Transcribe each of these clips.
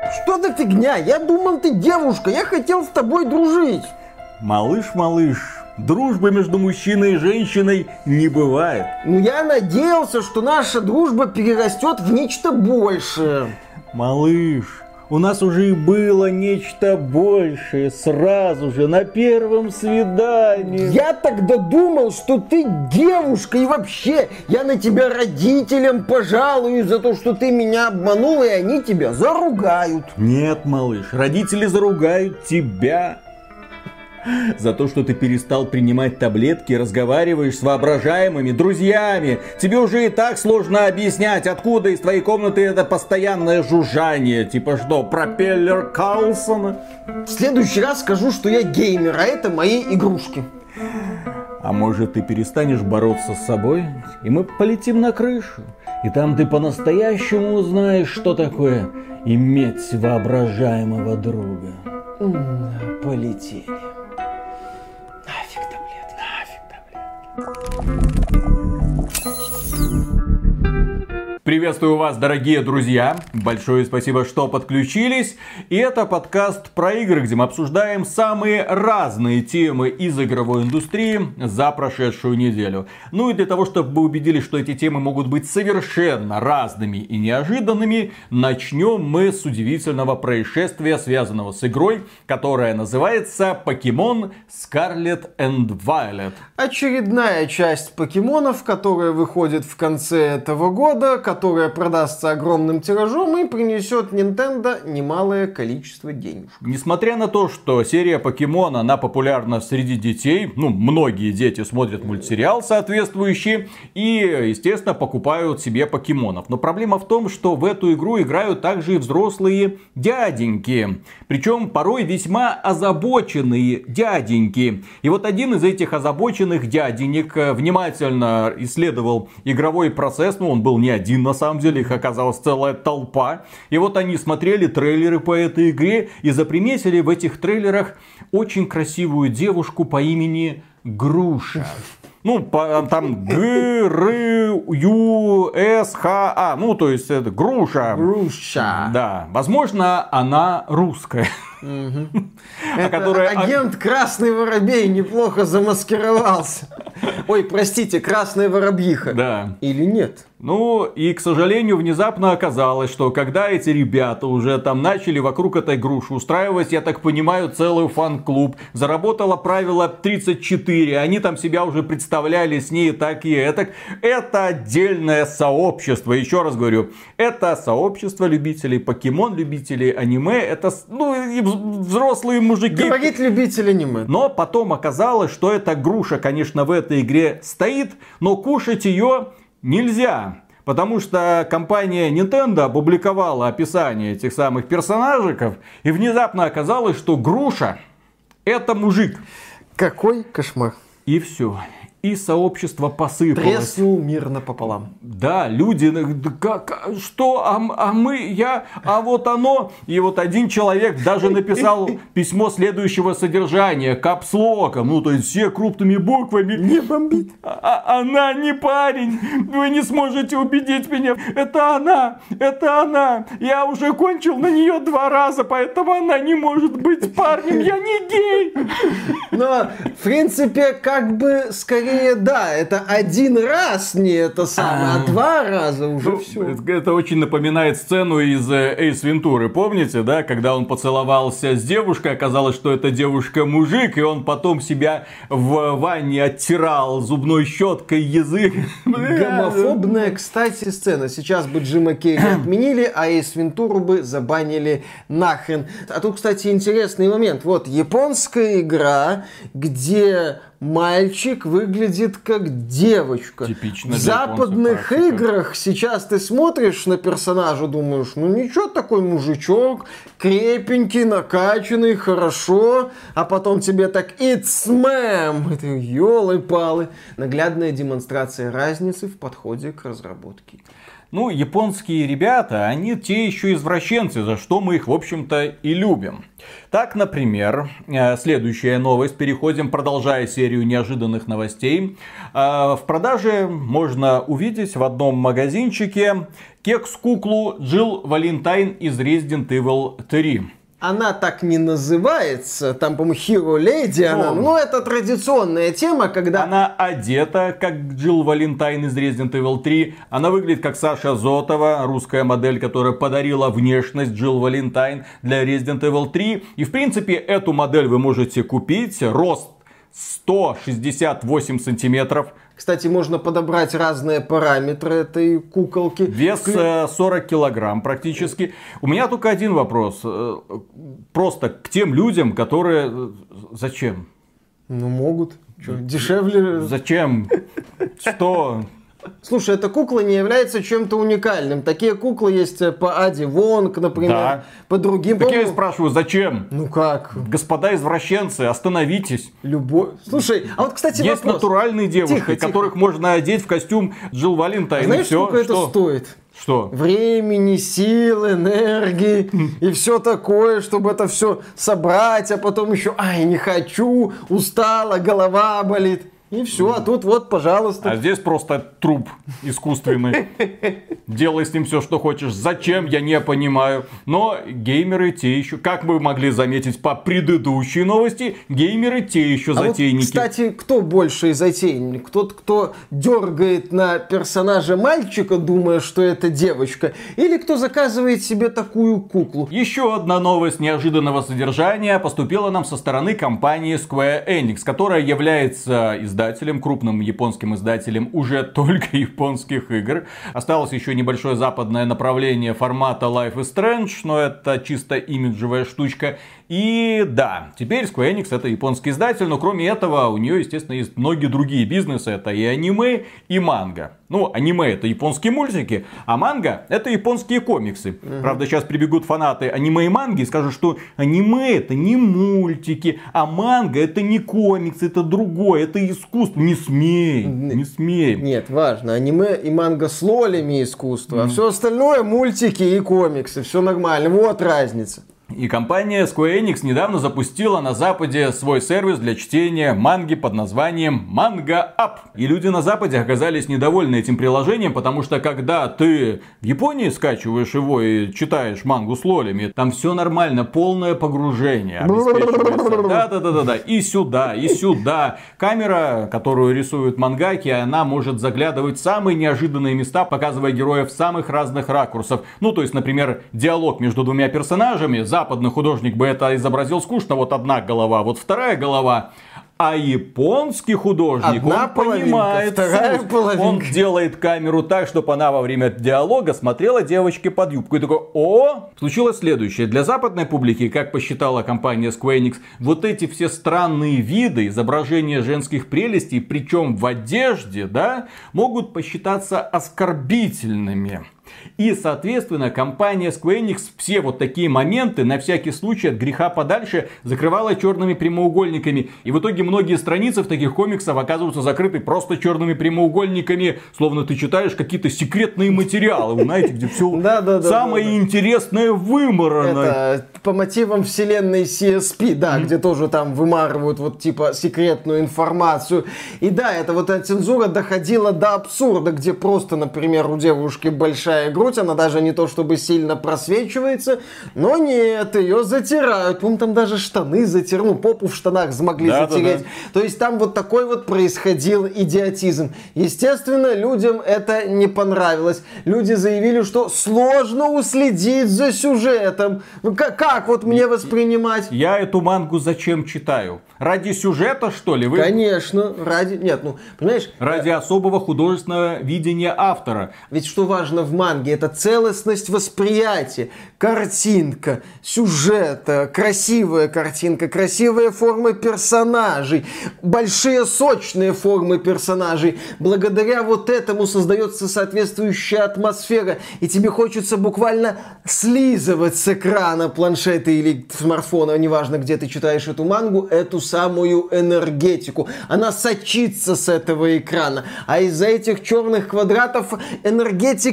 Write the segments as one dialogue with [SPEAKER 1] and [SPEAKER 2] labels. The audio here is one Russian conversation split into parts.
[SPEAKER 1] Что за фигня? Я думал, ты девушка, я хотел с тобой дружить.
[SPEAKER 2] Малыш, дружбы между мужчиной и женщиной не бывает.
[SPEAKER 1] Ну, я надеялся, что наша дружба перерастет в нечто большее.
[SPEAKER 2] Малыш, у нас уже и было нечто большее сразу же, на первом свидании.
[SPEAKER 1] Я тогда думал, что ты девушка, и вообще я на тебя родителям пожалуюсь за то, что ты меня обманул, и они тебя заругают.
[SPEAKER 2] Нет, малыш, родители заругают тебя за то, что ты перестал принимать таблетки и разговариваешь с воображаемыми друзьями. Тебе уже и так сложно объяснять, откуда из твоей комнаты это постоянное жужжание. Типа что, пропеллер Карлсона?
[SPEAKER 1] В следующий раз скажу, что я геймер, а это мои игрушки.
[SPEAKER 2] А может, ты перестанешь бороться с собой, и мы полетим на крышу? И там ты по-настоящему узнаешь, что такое иметь воображаемого друга.
[SPEAKER 1] Полетели.
[SPEAKER 2] Приветствую вас, дорогие друзья. Большое спасибо, что подключились. И это подкаст про игры, где мы обсуждаем самые разные темы из игровой индустрии за прошедшую неделю. Ну и для того, чтобы вы убедились, что эти темы могут быть совершенно разными и неожиданными, начнем мы с удивительного происшествия, связанного с игрой, которая называется Pokemon Scarlet and Violet.
[SPEAKER 1] Очередная часть покемонов, которая выходит в конце этого года, которая продастся огромным тиражом и принесет Nintendo немалое количество денег.
[SPEAKER 2] Несмотря на то, что серия Покемон, она популярна среди детей, многие дети смотрят мультсериал соответствующий и, естественно, покупают себе покемонов. Но проблема в том, что в эту игру играют также и взрослые дяденьки. Причем порой весьма озабоченные дяденьки. И вот один из этих озабоченных дяденек внимательно исследовал игровой процесс, он был не один на самом деле, их оказалась целая толпа. И вот они смотрели трейлеры по этой игре и заприметили в этих трейлерах очень красивую девушку по имени Груша. Там Г-Р-Ю-С-Х-А. То есть это Груша.
[SPEAKER 1] Груша.
[SPEAKER 2] Да. Возможно, она русская.
[SPEAKER 1] Это агент Красный Воробей неплохо замаскировался. Ой, простите, Красная Воробьиха.
[SPEAKER 2] Да.
[SPEAKER 1] Или нет?
[SPEAKER 2] И, к сожалению, внезапно оказалось, что когда эти ребята уже там начали вокруг этой груши устраивать, я так понимаю, целый фан-клуб, заработало правило 34, они там себя уже представляли с ней так и этак. Это отдельное сообщество, еще раз говорю, это сообщество любителей покемон, любителей аниме, это, и взрослые мужики.
[SPEAKER 1] Говорит любитель аниме.
[SPEAKER 2] Но потом оказалось, что эта груша, конечно, в этой игре стоит, но кушать ее нельзя, потому что компания Nintendo опубликовала описание этих самых персонажиков, и внезапно оказалось, что груша это мужик.
[SPEAKER 1] Какой кошмар.
[SPEAKER 2] И все. И сообщество посыпалось.
[SPEAKER 1] Треснул мир напополам.
[SPEAKER 2] Да, люди, что, а вот оно. И вот один человек даже написал письмо следующего содержания, капслоком, то есть все крупными буквами.
[SPEAKER 1] Не бомбит.
[SPEAKER 2] Она не парень, вы не сможете убедить меня. Это она. Я уже кончил на нее 2 раза, поэтому она не может быть парнем, я не гей.
[SPEAKER 1] Но, в принципе, скорее, да, это 1 раз не это самое, а 2 раза уже все.
[SPEAKER 2] Это очень напоминает сцену из Эйс Вентуры, помните, да, когда он поцеловался с девушкой, оказалось, что эта девушка мужик, и он потом себя в ванне оттирал зубной щеткой язык.
[SPEAKER 1] Гомофобная, кстати, сцена. Сейчас бы Джима Керри отменили, а Эйс Вентуру бы забанили нахрен. А тут, кстати, интересный момент. Вот японская игра, где мальчик выглядит как девочка.
[SPEAKER 2] Типично.
[SPEAKER 1] В западных играх сейчас ты смотришь на персонажа, думаешь, ничего, такой мужичок, крепенький, накачанный, хорошо, а потом тебе так it's ma'am. Это ёлы-палы. Наглядная демонстрация разницы в подходе к разработке.
[SPEAKER 2] Ну, японские ребята, они те еще извращенцы, за что мы их, в общем-то, и любим. Так, например, следующая новость. Переходим, продолжая серию неожиданных новостей. В продаже можно увидеть в одном магазинчике кекс-куклу Джилл Валентайн из Resident Evil 3.
[SPEAKER 1] Она так не называется, там, по-моему, Hero Lady, но это традиционная тема, когда...
[SPEAKER 2] Она одета, как Джилл Валентайн из Resident Evil 3, она выглядит как Саша Зотова, русская модель, которая подарила внешность Джилл Валентайн для Resident Evil 3, и, в принципе, эту модель вы можете купить, рост 168 сантиметров.
[SPEAKER 1] Кстати, можно подобрать разные параметры этой куколки.
[SPEAKER 2] Вес 40 килограмм практически. У меня только один вопрос. Просто к тем людям, которые... Зачем?
[SPEAKER 1] Ну, могут. Что, дешевле?
[SPEAKER 2] Зачем? Что...
[SPEAKER 1] Слушай, эта кукла не является чем-то уникальным. Такие куклы есть по Аде Вонг, например,
[SPEAKER 2] да.
[SPEAKER 1] По другим.
[SPEAKER 2] Так я и спрашиваю, зачем?
[SPEAKER 1] Ну как?
[SPEAKER 2] Господа извращенцы, остановитесь.
[SPEAKER 1] Любовь. Слушай, а вот, кстати,
[SPEAKER 2] есть
[SPEAKER 1] вопрос.
[SPEAKER 2] Натуральные девушки, которых можно одеть в костюм Джилл Валентайн.
[SPEAKER 1] Знаешь, сколько это стоит?
[SPEAKER 2] Что?
[SPEAKER 1] Времени, сил, энергии и все такое, чтобы это все собрать, а потом еще, ай, не хочу, устала, голова болит. И все, а тут вот, пожалуйста.
[SPEAKER 2] А здесь просто труп искусственный. Делай с ним все, что хочешь. Зачем, я не понимаю. Но геймеры те еще, как вы могли заметить по предыдущей новости, геймеры те еще затейники.
[SPEAKER 1] Вот, кстати, кто больше затейник? Тот, кто дергает на персонажа мальчика, думая, что это девочка? Или кто заказывает себе такую куклу?
[SPEAKER 2] Еще одна новость неожиданного содержания поступила нам со стороны компании Square Enix, которая является крупным японским издателем уже только японских игр. Осталось еще небольшое западное направление формата Life is Strange, но это чисто имиджевая штучка. И да, теперь Square Enix это японский издатель, но кроме этого у нее, естественно, есть многие другие бизнесы. Это и аниме, и манга. Ну, аниме это японские мультики, а манга это японские комиксы. Правда, сейчас прибегут фанаты аниме и манги и скажут, что аниме это не мультики, а манга это не комиксы, это другое, это искусство. Не смей, не смей.
[SPEAKER 1] Нет, важно, аниме и манга с лолями искусство, а все остальное мультики и комиксы, все нормально, вот разница.
[SPEAKER 2] И компания Square Enix недавно запустила на Западе свой сервис для чтения манги под названием Manga Up. И люди на Западе оказались недовольны этим приложением, потому что когда ты в Японии скачиваешь его и читаешь мангу с лолями, там все нормально, полное погружение обеспечивается. Да. И сюда. Камера, которую рисуют мангаки, она может заглядывать в самые неожиданные места, показывая героев самых разных ракурсов. Ну, то есть, например, диалог между двумя персонажами. Западный художник бы это изобразил скучно, вот одна голова, вот вторая голова. А японский художник,
[SPEAKER 1] одна
[SPEAKER 2] он понимает, он делает камеру так, чтобы она во время диалога смотрела девочке под юбку. И такой, случилось следующее. Для западной публики, как посчитала компания Square Enix, вот эти все странные виды изображения женских прелестей, причем в одежде, да, могут посчитаться оскорбительными. И, соответственно, компания Square Enix все вот такие моменты на всякий случай от греха подальше закрывала черными прямоугольниками. И в итоге многие страницы в таких комиксах оказываются закрыты просто черными прямоугольниками, словно ты читаешь какие-то секретные материалы, вы знаете, где все самое интересное вымарано.
[SPEAKER 1] Это по мотивам вселенной CSP, да, где тоже там вымарывают вот типа секретную информацию. И да, это вот эта цензура доходила до абсурда, где просто, например, у девушки большая грудь, она даже не то чтобы сильно просвечивается, но нет, ее затирают. По-моему, там даже штаны затирали, попу в штанах смогли затереть. То есть там вот такой вот происходил идиотизм. Естественно, людям это не понравилось. Люди заявили, что сложно уследить за сюжетом. Как вот мне воспринимать?
[SPEAKER 2] Я эту мангу зачем читаю? Ради сюжета, что ли?
[SPEAKER 1] Конечно, ради... Нет, ну, понимаешь...
[SPEAKER 2] Ради особого художественного видения автора.
[SPEAKER 1] Ведь что важно в манге, это целостность восприятия, картинка, сюжета, красивая картинка, красивые формы персонажей, большие сочные формы персонажей. Благодаря вот этому создается соответствующая атмосфера, и тебе хочется буквально слизывать с экрана планшета или смартфона, неважно, где ты читаешь эту мангу, эту самую энергетику. Она сочится с этого экрана, а из-за этих черных квадратов энергетика не сочится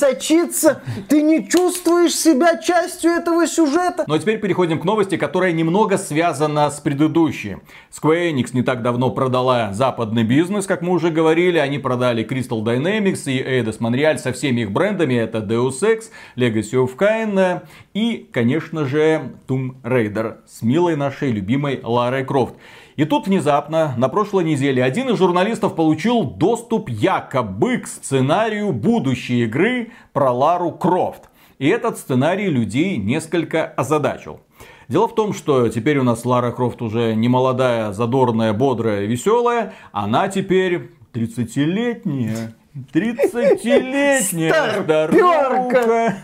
[SPEAKER 1] сочится, ты не чувствуешь себя частью этого сюжета.
[SPEAKER 2] Ну а теперь переходим к новости, которая немного связана с предыдущей. Square Enix не так давно продала западный бизнес, как мы уже говорили. Они продали Crystal Dynamics и Eidos Montreal со всеми их брендами. Это Deus Ex, Legacy of Kain и, конечно же, Tomb Raider с милой нашей любимой Ларой Крофт. И тут внезапно, на прошлой неделе, один из журналистов получил доступ якобы к сценарию будущей игры про Лару Крофт. И этот сценарий людей несколько озадачил. Дело в том, что теперь у нас Лара Крофт уже не молодая, задорная, бодрая, веселая. Она теперь 30-летняя. 30-летняя старуха.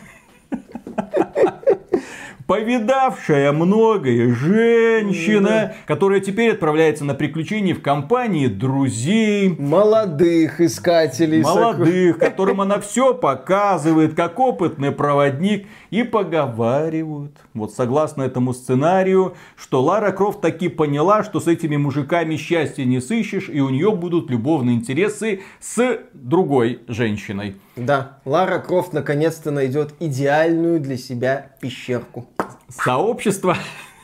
[SPEAKER 2] Повидавшая многое женщина, которая теперь отправляется на приключения в компании друзей.
[SPEAKER 1] Молодых искателей.
[SPEAKER 2] Молодых, которым она все показывает, как опытный проводник. И поговаривают, вот согласно этому сценарию, что Лара Крофт таки поняла, что с этими мужиками счастья не сыщешь, и у нее будут любовные интересы с другой женщиной.
[SPEAKER 1] Да, Лара Крофт наконец-то найдет идеальную для себя пещерку.
[SPEAKER 2] Сообщество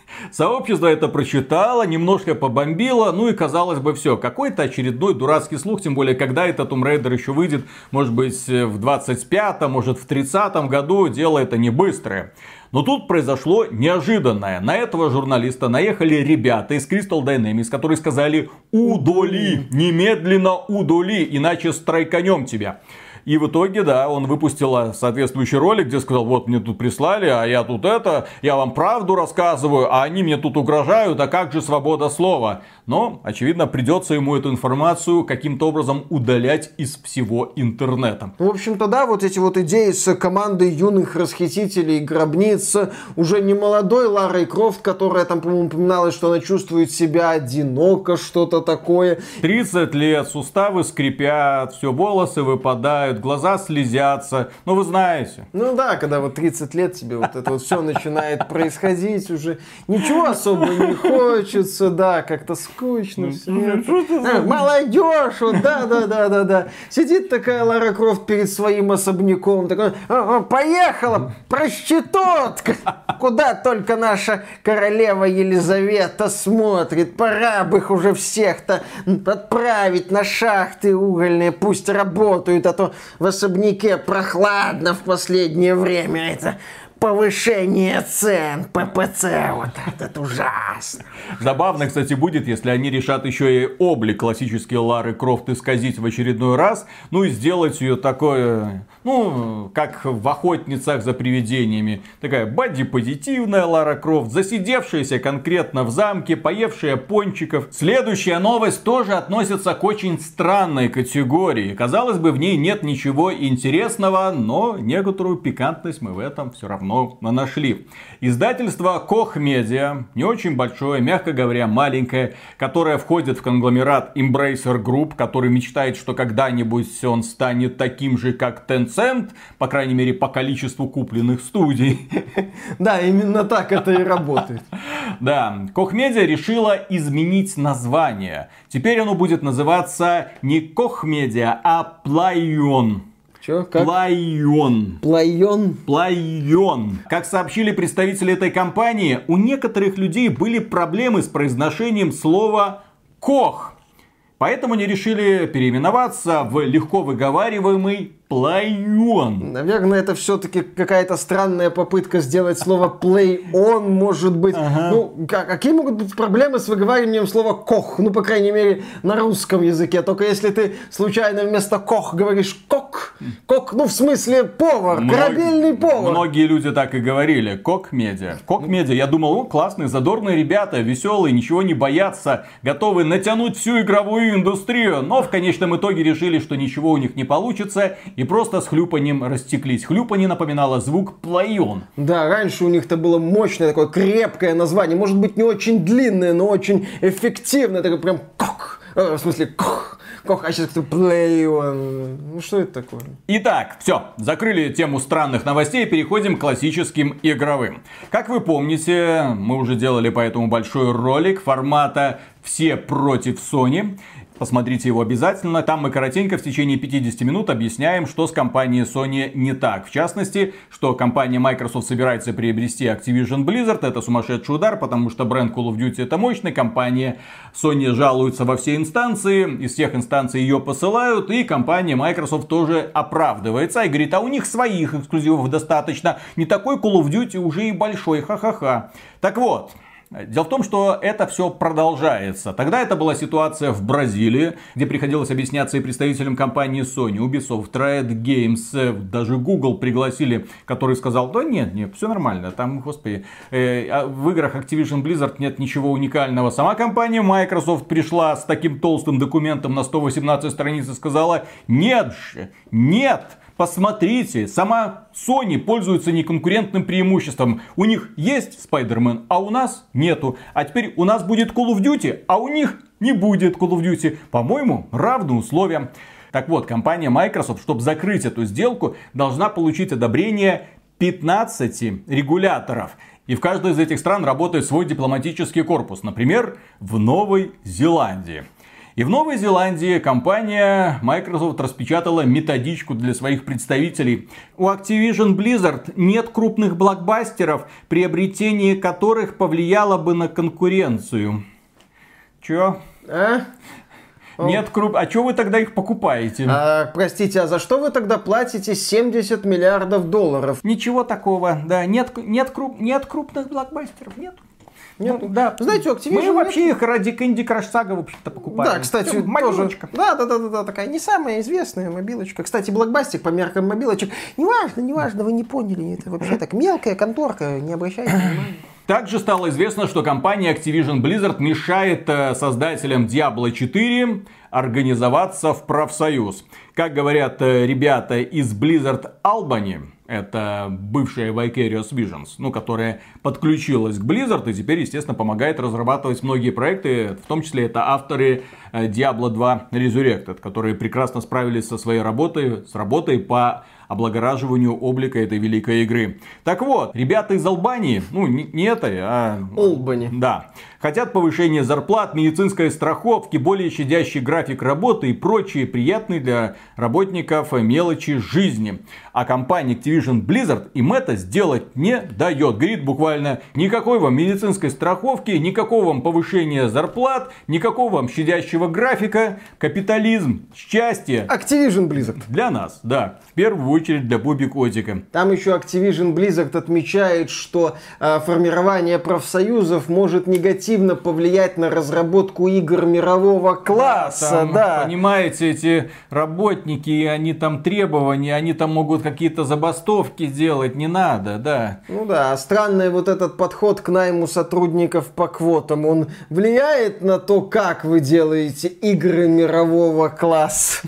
[SPEAKER 2] это прочитало, немножко побомбило, ну и казалось бы все. Какой-то очередной дурацкий слух, тем более, когда этот Tomb Raider еще выйдет, может быть в 25-м, может в 30-м году, дело это не быстрое. Но тут произошло неожиданное. На этого журналиста наехали ребята из Crystal Dynamics, которые сказали: удали, немедленно удали, иначе страйканем тебя. И в итоге, да, он выпустил соответствующий ролик, где сказал: вот мне тут прислали, а я тут я вам правду рассказываю, а они мне тут угрожают, а как же свобода слова? Но, очевидно, придется ему эту информацию каким-то образом удалять из всего интернета.
[SPEAKER 1] В общем-то, да, вот эти вот идеи с командой юных расхитителей гробниц, уже не молодой Ларой Крофт, которая там, по-моему, упоминалась, что она чувствует себя одиноко, что-то такое.
[SPEAKER 2] 30 лет, суставы скрипят, все, волосы выпадают, глаза слезятся, ну вы знаете.
[SPEAKER 1] Ну да, когда вот 30 лет тебе вот это вот все начинает происходить, уже ничего особо не хочется, да, как-то скучно все. Молодежь, вот, да. Сидит такая Лара Крофт перед своим особняком, такой: поехала, проститутка, куда только наша королева Елизавета смотрит, пора бы их уже всех-то отправить на шахты угольные, пусть работают, а то в особняке прохладно в последнее время. Это повышение цен, ППЦ, вот это ужасно.
[SPEAKER 2] Забавно, кстати, будет, если они решат еще и облик классический Лары Крофт исказить в очередной раз, ну и сделать ее такой, ну, как в «Охотницах за привидениями». Такая бодипозитивная Лара Крофт, засидевшаяся конкретно в замке, поевшая пончиков. Следующая новость тоже относится к очень странной категории. Казалось бы, в ней нет ничего интересного, но некоторую пикантность мы в этом все равно нашли. Издательство Koch Media, не очень большое, мягко говоря, маленькое, которое входит в конгломерат Embracer Group, который мечтает, что когда-нибудь он станет таким же, как Tencent, по крайней мере, по количеству купленных студий.
[SPEAKER 1] Да, именно так это и работает.
[SPEAKER 2] Да, Koch Media решила изменить название. Теперь оно будет называться не Koch Media, а Plaion. Plaion. Как сообщили представители этой компании, у некоторых людей были проблемы с произношением слова «кох». Поэтому они решили переименоваться в легко выговариваемый Plaion.
[SPEAKER 1] Наверное, это все-таки какая-то странная попытка сделать слово play on, может быть. Ага. Ну, какие могут быть проблемы с выговариванием слова кох? Ну, по крайней мере, на русском языке. Только если ты случайно вместо кох говоришь кок, ну, в смысле повар, корабельный повар.
[SPEAKER 2] Многие люди так и говорили. Koch Media. Koch Media. Я думал, классные, задорные ребята, веселые, ничего не боятся, готовы натянуть всю игровую индустрию. Но в конечном итоге решили, что ничего у них не получится. И просто с хлюпанием растеклись. Хлюпанье напоминало звук Plaion.
[SPEAKER 1] Да, раньше у них-то было мощное такое крепкое название. Может быть, не очень длинное, но очень эффективное. Такое прям кох. В смысле, кох. А сейчас кто Plaion. Ну что это такое?
[SPEAKER 2] Итак, все. Закрыли тему странных новостей. Переходим к классическим игровым. Как вы помните, мы уже делали по этому большой ролик формата «Все против Sony». Посмотрите его обязательно. Там мы коротенько в течение 50 минут объясняем, что с компанией Sony не так. В частности, что компания Microsoft собирается приобрести Activision Blizzard. Это сумасшедший удар, потому что бренд Call of Duty это мощный. Компания Sony жалуется во все инстанции. Из всех инстанций ее посылают. И компания Microsoft тоже оправдывается и говорит, а у них своих эксклюзивов достаточно. Не такой Call of Duty уже и большой. Ха-ха-ха. Так вот. Дело в том, что это все продолжается. Тогда это была ситуация в Бразилии, где приходилось объясняться и представителям компании Sony, Ubisoft, Riot Games, даже Google пригласили, который сказал, да нет, все нормально, там, господи, в играх Activision Blizzard нет ничего уникального. Сама компания Microsoft пришла с таким толстым документом на 118 страниц и сказала, нет же, нет. Посмотрите, сама Sony пользуется неконкурентным преимуществом. У них есть Spider-Man, а у нас нету. А теперь у нас будет Call of Duty, а у них не будет Call of Duty. По-моему, равные условия. Так вот, компания Microsoft, чтобы закрыть эту сделку, должна получить одобрение 15 регуляторов. И в каждой из этих стран работает свой дипломатический корпус. Например, в Новой Зеландии. И в Новой Зеландии компания Microsoft распечатала методичку для своих представителей. У Activision Blizzard нет крупных блокбастеров, приобретение которых повлияло бы на конкуренцию. Чё? Нет А чё вы тогда их покупаете?
[SPEAKER 1] Простите, а за что вы тогда платите 70 миллиардов долларов?
[SPEAKER 2] Ничего такого, да. Нет крупных блокбастеров, нет.
[SPEAKER 1] Нет, да. Знаете,
[SPEAKER 2] мы вообще их ради Candy Crush Saga, в общем-то, покупаем.
[SPEAKER 1] Да, кстати, тоже. Да, такая не самая известная мобилочка. Кстати, блокбастик по меркам мобилочек. Неважно, вы не поняли. Это вообще так мелкая конторка, не обращайте внимания.
[SPEAKER 2] Также стало известно, что компания Activision Blizzard мешает создателям Diablo 4 организоваться в профсоюз. Как говорят ребята из Blizzard Albany, это бывшая Vicarious Visions, которая подключилась к Blizzard и теперь, естественно, помогает разрабатывать многие проекты, в том числе это авторы Diablo 2 Resurrected, которые прекрасно справились со своей работой по облагораживанию облика этой великой игры. Так вот, ребята из Албании, не этой, а...
[SPEAKER 1] Олбани.
[SPEAKER 2] Да. Хотят повышения зарплат, медицинской страховки, более щадящий график работы и прочие приятные для работников мелочи жизни. А компания Activision Blizzard им это сделать не дает. Говорит буквально, никакой вам медицинской страховки, никакого вам повышения зарплат, никакого вам щадящего графика. Капитализм, счастье.
[SPEAKER 1] Activision Blizzard.
[SPEAKER 2] Для нас, да. В первую очередь для Бобби Котика.
[SPEAKER 1] Там еще Activision Blizzard отмечает, что формирование профсоюзов может негативно повлиять на разработку игр мирового класса.
[SPEAKER 2] Да, понимаете, эти работники, они там требования, они там могут какие-то забастовки делать, не надо, да.
[SPEAKER 1] Странный вот этот подход к найму сотрудников по квотам, он влияет на то, как вы делаете игры мирового класса?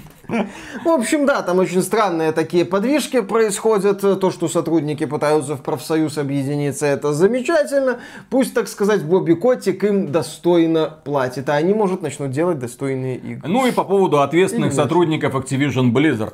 [SPEAKER 1] В общем, да, там очень странные такие подвижки происходят. То, что сотрудники пытаются в профсоюз объединиться, это замечательно. Пусть, так сказать, Бобби Котик им достойно платит, а они, может, начнут делать достойные игры.
[SPEAKER 2] И по поводу ответственных сотрудников Activision Blizzard.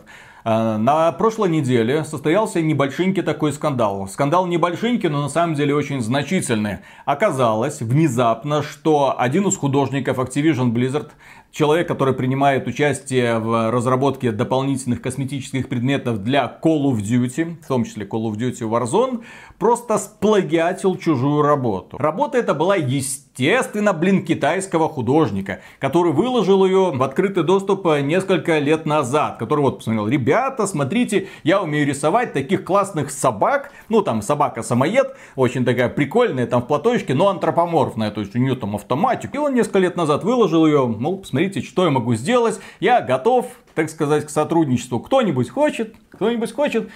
[SPEAKER 2] На прошлой неделе состоялся небольшенький такой скандал. Скандал небольшенький, но на самом деле очень значительный. Оказалось внезапно, что один из художников Activision Blizzard, человек, который принимает участие в разработке дополнительных косметических предметов для Call of Duty, в том числе Call of Duty Warzone, просто сплагиатил чужую работу. Работа эта была, естественно, китайского художника, который выложил ее в открытый доступ несколько лет назад. Который посмотрел, ребята, смотрите, я умею рисовать таких классных собак. Там собака-самоед, очень такая прикольная, там в платочке, но антропоморфная, то есть у нее там автоматик. И он несколько лет назад выложил ее, посмотрите, что я могу сделать, я готов, так сказать, к сотрудничеству. Кто-нибудь хочет? Кто-нибудь хочет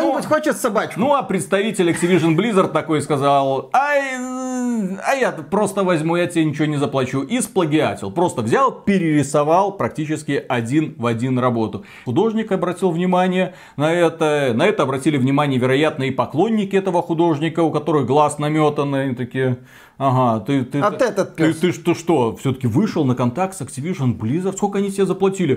[SPEAKER 2] собачку? А представитель Activision Blizzard такой сказал, я просто возьму, я тебе ничего не заплачу. И сплагиатил. Просто взял, перерисовал практически один в один работу. Художник обратил внимание на это. На это обратили внимание, вероятно, и поклонники этого художника, у которых глаз наметанный. Они такие, ага, ты что, все-таки вышел на контакт с Activision Blizzard? Сколько они тебе заплатили?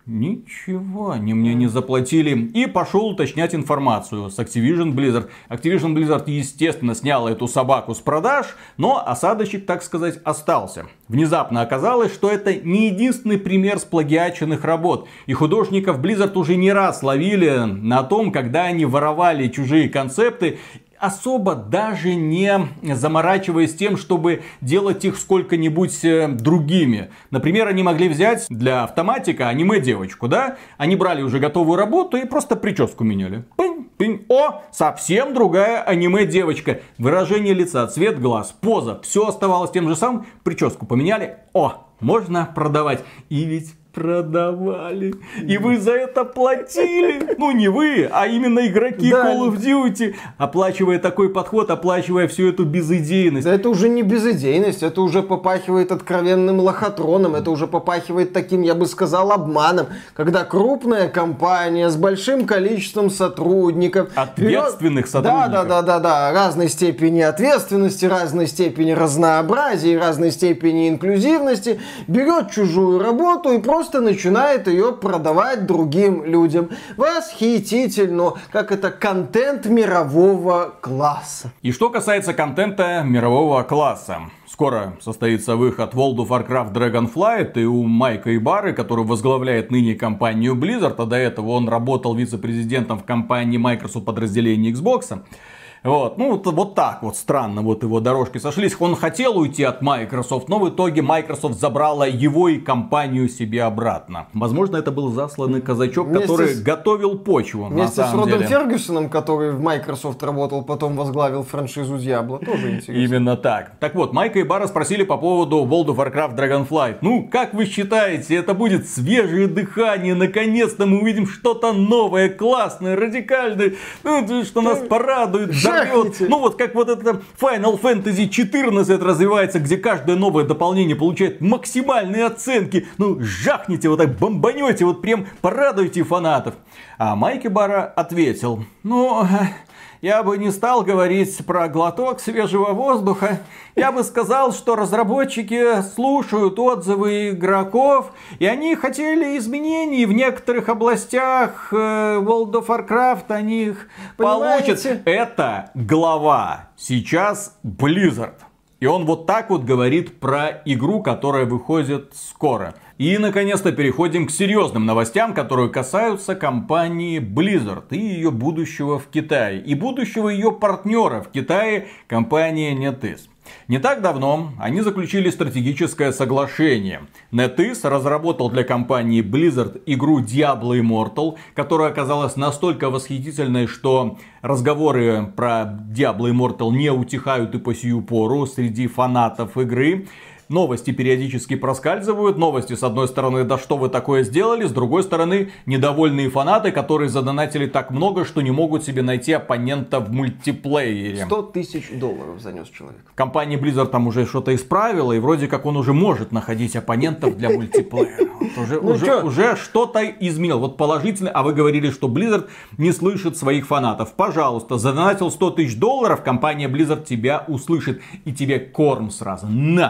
[SPEAKER 2] Ничего они мне не заплатили. И пошел уточнять информацию с Activision Blizzard. Activision Blizzard, естественно, снял эту собаку с продаж, но осадочек, так сказать, остался. Внезапно оказалось, что это не единственный пример сплагиаченных работ. И художников Blizzard уже не раз ловили на том, когда они воровали чужие концепты, особо даже не заморачиваясь тем, чтобы делать их сколько-нибудь другими. Например, они могли взять для автоматика аниме-девочку, да? Они брали уже готовую работу и просто прическу меняли. Пынь, пынь. О, совсем другая аниме-девочка. Выражение лица, цвет глаз, поза. Все оставалось тем же самым. Прическу поменяли. О, можно продавать. И ведь продавали. И вы за это платили. Ну, не вы, а именно игроки Call of Duty. Оплачивая такой подход, оплачивая всю эту безыдейность.
[SPEAKER 1] Да это уже не безыдейность, это уже попахивает откровенным лохотроном, это уже попахивает таким, я бы сказал, обманом. Когда крупная компания с большим количеством сотрудников.
[SPEAKER 2] Ответственных сотрудников.
[SPEAKER 1] Да. Разной степени ответственности, разной степени разнообразия, разной степени инклюзивности. Берет чужую работу и просто начинает ее продавать другим людям. Восхитительно, как это контент мирового класса.
[SPEAKER 2] И что касается контента мирового класса. Скоро состоится выход World of Warcraft Dragonflight, и у Майка Ибары, который возглавляет ныне компанию Blizzard, а до этого он работал вице-президентом в компании Microsoft подразделении Xbox. Вот, ну вот так вот странно вот его дорожки сошлись. Он хотел уйти от Microsoft, но в итоге Microsoft забрала его и компанию себе обратно. Возможно, это был засланный казачок, который готовил почву.
[SPEAKER 1] Вместе с Родом Фергюсоном, который в Microsoft работал, потом возглавил франшизу Diablo. Тоже интересно.
[SPEAKER 2] Именно так. Так вот, Майка и Бара спросили по поводу World of Warcraft Dragonflight. Ну, как вы считаете, это будет свежее дыхание? Наконец-то мы увидим что-то новое, классное, радикальное, ну, что нас порадует. Ну вот как вот это Final Fantasy 14 развивается, где каждое новое дополнение получает максимальные оценки. Ну жахните, вот так бомбанете, вот прям порадуйте фанатов. А Майк Ибара ответил: ну, я бы не стал говорить про глоток свежего воздуха. Я бы сказал, что разработчики слушают отзывы игроков, и они хотели изменений в некоторых областях. World of Warcraft они их получат. Это глава сейчас Blizzard. И он вот так вот говорит про игру, которая выходит скоро. И, наконец-то, переходим к серьезным новостям, которые касаются компании Blizzard и ее будущего в Китае. И будущего ее партнера в Китае, компания NetEase. Не так давно они заключили стратегическое соглашение. NetEase разработал для компании Blizzard игру Diablo Immortal, которая оказалась настолько восхитительной, что разговоры про Diablo Immortal не утихают и по сию пору среди фанатов игры. Новости периодически проскальзывают. Новости, с одной стороны, да что вы такое сделали. С другой стороны, недовольные фанаты, которые задонатили так много, что не могут себе найти оппонента в мультиплеере.
[SPEAKER 1] $100 тысяч занес человек.
[SPEAKER 2] Компания Blizzard там уже что-то исправила. И вроде как он уже может находить оппонентов для мультиплеера. Уже что-то изменил. Вот положительно. А вы говорили, что Blizzard не слышит своих фанатов. Пожалуйста, задонатил $100 тысяч. Компания Blizzard тебя услышит. И тебе корм сразу.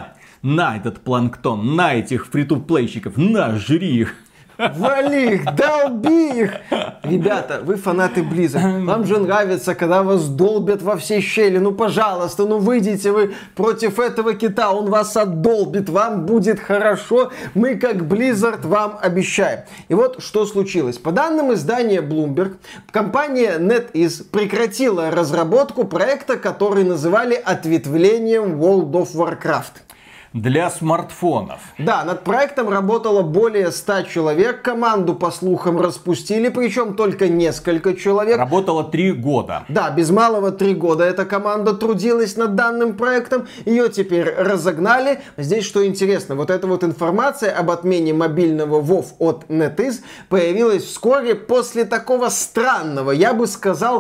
[SPEAKER 2] На этот планктон, на этих фри-ту-плейщиков, на, жри их.
[SPEAKER 1] Вали их, долби их. Ребята, вы фанаты Blizzard. Вам же нравится, когда вас долбят во все щели. Ну, пожалуйста, ну выйдите вы против этого кита. Он вас отдолбит, вам будет хорошо. Мы, как Blizzard, вам обещаем. И вот что случилось. По данным издания Bloomberg, компания NetEase прекратила разработку проекта, который называли ответвлением World of Warcraft.
[SPEAKER 2] Для смартфонов.
[SPEAKER 1] Да, над проектом работало более 100 человек. Команду, по слухам, распустили, причем только несколько человек.
[SPEAKER 2] Работало 3 года.
[SPEAKER 1] Да, без малого 3 года эта команда трудилась над данным проектом. Ее теперь разогнали. Здесь что интересно, вот эта вот информация об отмене мобильного WoW от NetEase появилась вскоре после такого странного, я бы сказал,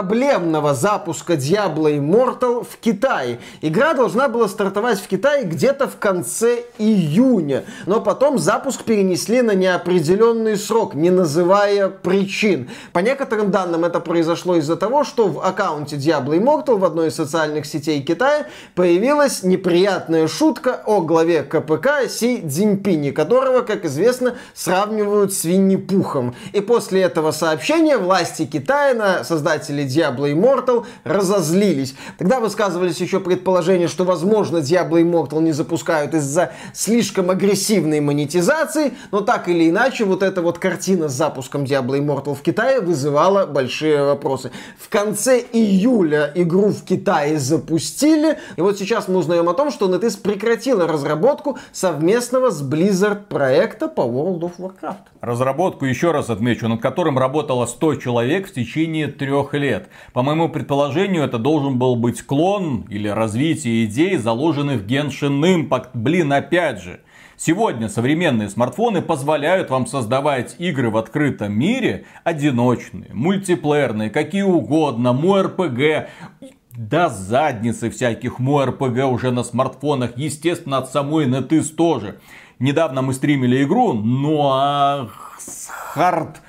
[SPEAKER 1] проблемного запуска Diablo Immortal в Китае. Игра должна была стартовать в Китае где-то где-то в конце июня. Но потом запуск перенесли на неопределенный срок, не называя причин. По некоторым данным это произошло из-за того, что в аккаунте Diablo Immortal в одной из социальных сетей Китая появилась неприятная шутка о главе КПК Си Цзиньпине, которого, как известно, сравнивают с Винни-Пухом. И после этого сообщения власти Китая, создатели Diablo Immortal, разозлились. Тогда высказывались еще предположения, что, возможно, Diablo Immortal не запускают из-за слишком агрессивной монетизации, но так или иначе, вот эта вот картина с запуском Diablo Immortal в Китае вызывала большие вопросы. В конце июля игру в Китае запустили, и вот сейчас мы узнаем о том, что NetEase прекратила разработку совместного с Blizzard проекта по World of Warcraft.
[SPEAKER 2] Разработку, еще раз отмечу, над которым работало 100 человек в течение 3 лет. По моему предположению, это должен был быть клон или развитие идей, заложенных в Genshin Impact. Блин, опять же. Сегодня современные смартфоны позволяют вам создавать игры в открытом мире, одиночные, мультиплеерные, какие угодно, MoRPG, до задницы всяких MoRPG уже на смартфонах, естественно, от самой NetEase тоже. Недавно мы стримили игру Noah's Heart.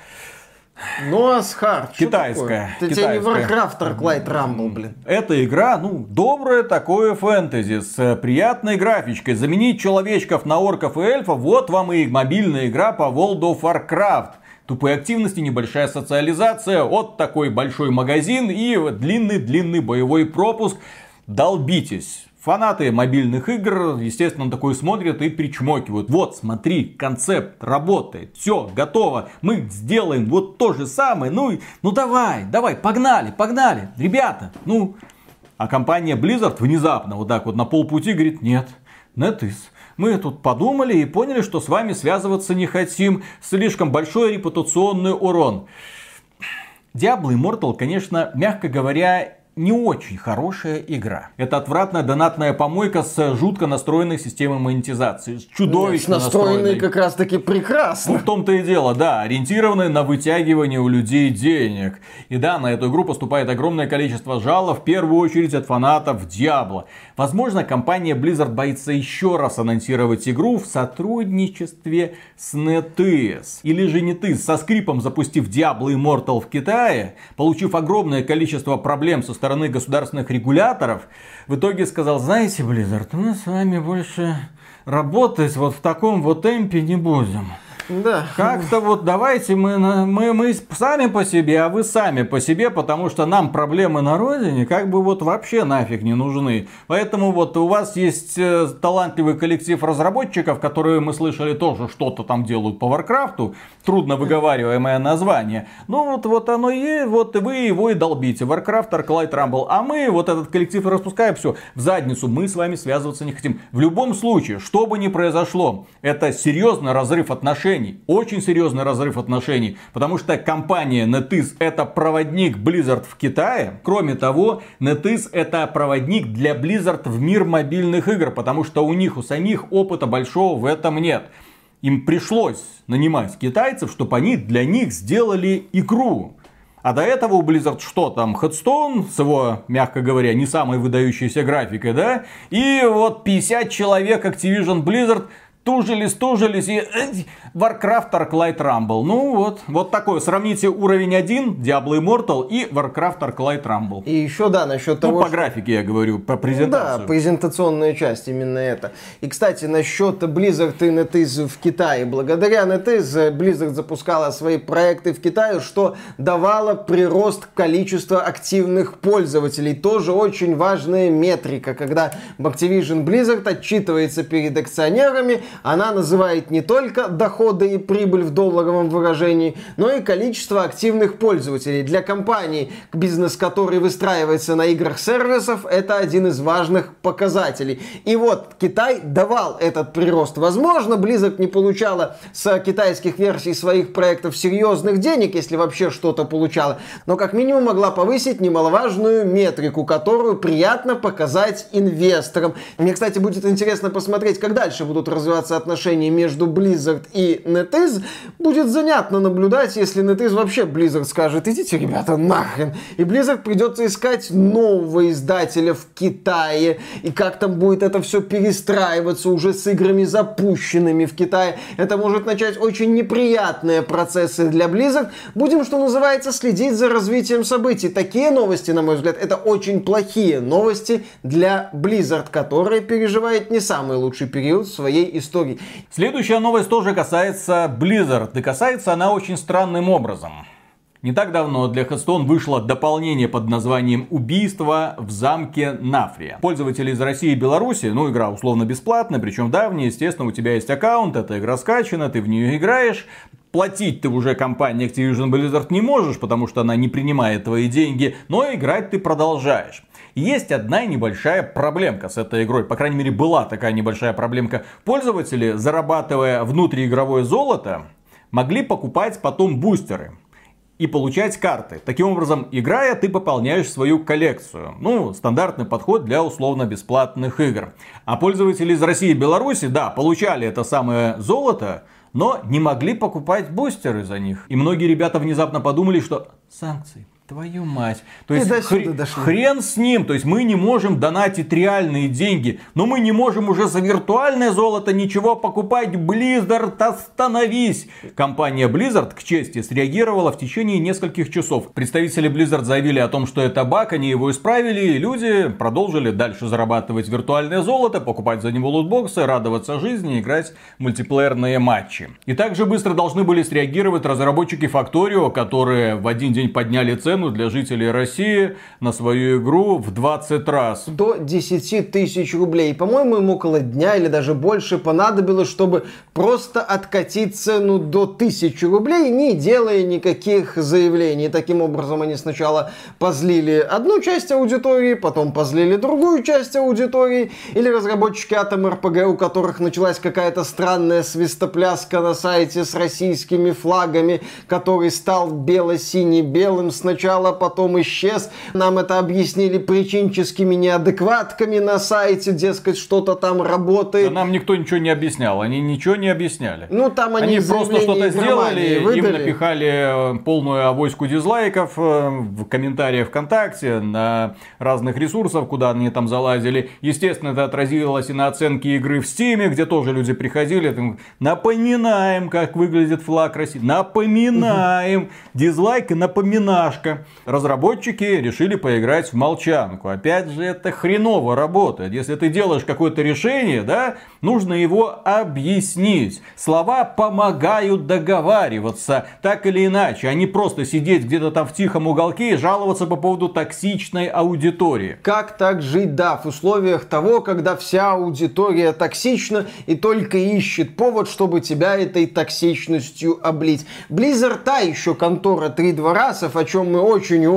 [SPEAKER 1] Noah's Heart.
[SPEAKER 2] Китайская.
[SPEAKER 1] Это тебе не Warcraft Arclight Rumble, блин.
[SPEAKER 2] Эта игра, доброе такое фэнтези с приятной графичкой. Заменить человечков на орков и эльфов, вот вам и мобильная игра по World of Warcraft. Тупые активности, небольшая социализация, вот такой большой магазин и длинный-длинный боевой пропуск. Долбитесь. Фанаты мобильных игр, естественно, такой смотрят и причмокивают. Вот, смотри, концепт работает, все, готово, мы сделаем вот то же самое, давай, погнали, ребята, А компания Blizzard внезапно, вот так вот на полпути говорит, нет, NetEase. Мы тут подумали и поняли, что с вами связываться не хотим, слишком большой репутационный урон. Diablo Immortal, конечно, мягко говоря, не очень хорошая игра. Это отвратная донатная помойка с жутко настроенной системой монетизации. С чудовищно настроенной.
[SPEAKER 1] Как раз таки прекрасно.
[SPEAKER 2] В том-то и дело, да. Ориентированной на вытягивание у людей денег. И да, на эту игру поступает огромное количество жалоб, в первую очередь от фанатов Diablo. Возможно, компания Blizzard боится еще раз анонсировать игру в сотрудничестве с NetEase. Или же NetEase, со скрипом запустив Diablo Immortal в Китае, получив огромное количество проблем со стороны государственных регуляторов, в итоге сказал, знаете, Blizzard, мы с вами больше работать вот в таком вот темпе не будем.
[SPEAKER 1] Да.
[SPEAKER 2] Как-то вот давайте мы сами по себе, а вы сами по себе, потому что нам проблемы на родине как бы вот вообще нафиг не нужны. Поэтому вот у вас есть талантливый коллектив разработчиков, которые мы слышали тоже что-то там делают по Варкрафту, трудно выговариваемое название. Вот оно и вот вы его и долбите. Warcraft, Arclight Rumble. А мы вот этот коллектив распускаем, все, в задницу. Мы с вами связываться не хотим. В любом случае, что бы ни произошло, это серьезный разрыв отношений. Очень серьезный разрыв отношений. Потому что компания NetEase это проводник Blizzard в Китае. Кроме того, NetEase это проводник для Blizzard в мир мобильных игр. Потому что у них у самих опыта большого в этом нет. Им пришлось нанимать китайцев, чтобы они для них сделали игру. А до этого у Blizzard что там? Headstone с его, мягко говоря, не самой выдающейся графикой, да? И вот 50 человек Activision Blizzard тужились и Warcraft Arclight Rumble. Вот такое. Сравните уровень 1 Diablo Immortal и Warcraft Arclight Rumble.
[SPEAKER 1] И еще, да, насчет того,
[SPEAKER 2] по графике я говорю, по презентации.
[SPEAKER 1] Да, презентационная часть, именно это. И, кстати, насчет Blizzard и NetEase в Китае. Благодаря NetEase Blizzard запускала свои проекты в Китае, что давало прирост количества активных пользователей. Тоже очень важная метрика, когда Activision Blizzard отчитывается перед акционерами, она называет не только доходы и прибыль в долларовом выражении, но и количество активных пользователей. Для компании, бизнес которой выстраивается на играх сервисов, это один из важных показателей. И вот Китай давал этот прирост. Возможно, Blizzard не получала с китайских версий своих проектов серьезных денег, если вообще что-то получала, но как минимум могла повысить немаловажную метрику, которую приятно показать инвесторам. Мне, кстати, будет интересно посмотреть, как дальше будут развиваться развиваться отношения между Blizzard и NetEase, будет занятно наблюдать, если NetEase вообще Blizzard скажет: идите, ребята, нахрен. И Blizzard придется искать нового издателя в Китае. И как там будет это все перестраиваться уже с играми, запущенными в Китае. Это может начать очень неприятные процессы для Blizzard. Будем, что называется, следить за развитием событий. Такие новости, на мой взгляд, это очень плохие новости для Blizzard, которая переживает не самый лучший период в своей истории.
[SPEAKER 2] Следующая новость тоже касается Blizzard. И касается она очень странным образом. Не так давно для Hearthstone вышло дополнение под названием «Убийство в замке Нафрия». Пользователи из России и Беларуси, игра условно бесплатная, причем давняя, естественно, у тебя есть аккаунт, эта игра скачана, ты в нее играешь. Платить ты уже компании Activision Blizzard не можешь, потому что она не принимает твои деньги, но играть ты продолжаешь. Есть одна небольшая проблемка с этой игрой, по крайней мере была такая небольшая проблемка. Пользователи, зарабатывая внутриигровое золото, могли покупать потом бустеры и получать карты. Таким образом, играя, ты пополняешь свою коллекцию. Стандартный подход для условно-бесплатных игр. А пользователи из России и Беларуси, да, получали это самое золото, но не могли покупать бустеры за них. И многие ребята внезапно подумали, что санкции. Твою мать. То есть хрен с ним. То есть мы не можем донатить реальные деньги. Но мы не можем уже за виртуальное золото ничего покупать. Blizzard, остановись. Компания Blizzard, к чести, среагировала в течение нескольких часов. Представители Blizzard заявили о том, что это баг, они его исправили. И люди продолжили дальше зарабатывать виртуальное золото, покупать за него лутбоксы, радоваться жизни, играть в мультиплеерные матчи. И также быстро должны были среагировать разработчики Factorio, которые в один день подняли цену для жителей России на свою игру в 20 раз.
[SPEAKER 1] До 10 тысяч рублей. По-моему, им около дня или даже больше понадобилось, чтобы просто откатить цену до 1000 рублей, не делая никаких заявлений. Таким образом, они сначала позлили одну часть аудитории, потом позлили другую часть аудитории. Или разработчики Atom RPG, у которых началась какая-то странная свистопляска на сайте с российскими флагами, который стал бело-сине-белым сначала, потом исчез. Нам это объяснили причинческими неадекватками на сайте, дескать, что-то там работает.
[SPEAKER 2] Да нам никто ничего не объяснял, они ничего не объясняли.
[SPEAKER 1] Там
[SPEAKER 2] они просто что-то сделали, им напихали полную авоську дизлайков в комментариях ВКонтакте, на разных ресурсах, куда они там залазили. Естественно, это отразилось и на оценке игры в Steam, где тоже люди приходили. Напоминаем, как выглядит флаг России. Напоминаем. Дизлайк и напоминашка. Разработчики решили поиграть в молчанку. Опять же, это хреново работает. Если ты делаешь какое-то решение, да, нужно его объяснить. Слова помогают договариваться, так или иначе, а не просто сидеть где-то там в тихом уголке и жаловаться по поводу токсичной аудитории.
[SPEAKER 1] Как так жить, да, в условиях того, когда вся аудитория токсична и только ищет повод, чтобы тебя этой токсичностью облить. Blizzard та еще контора 3 дворасов, о чем мы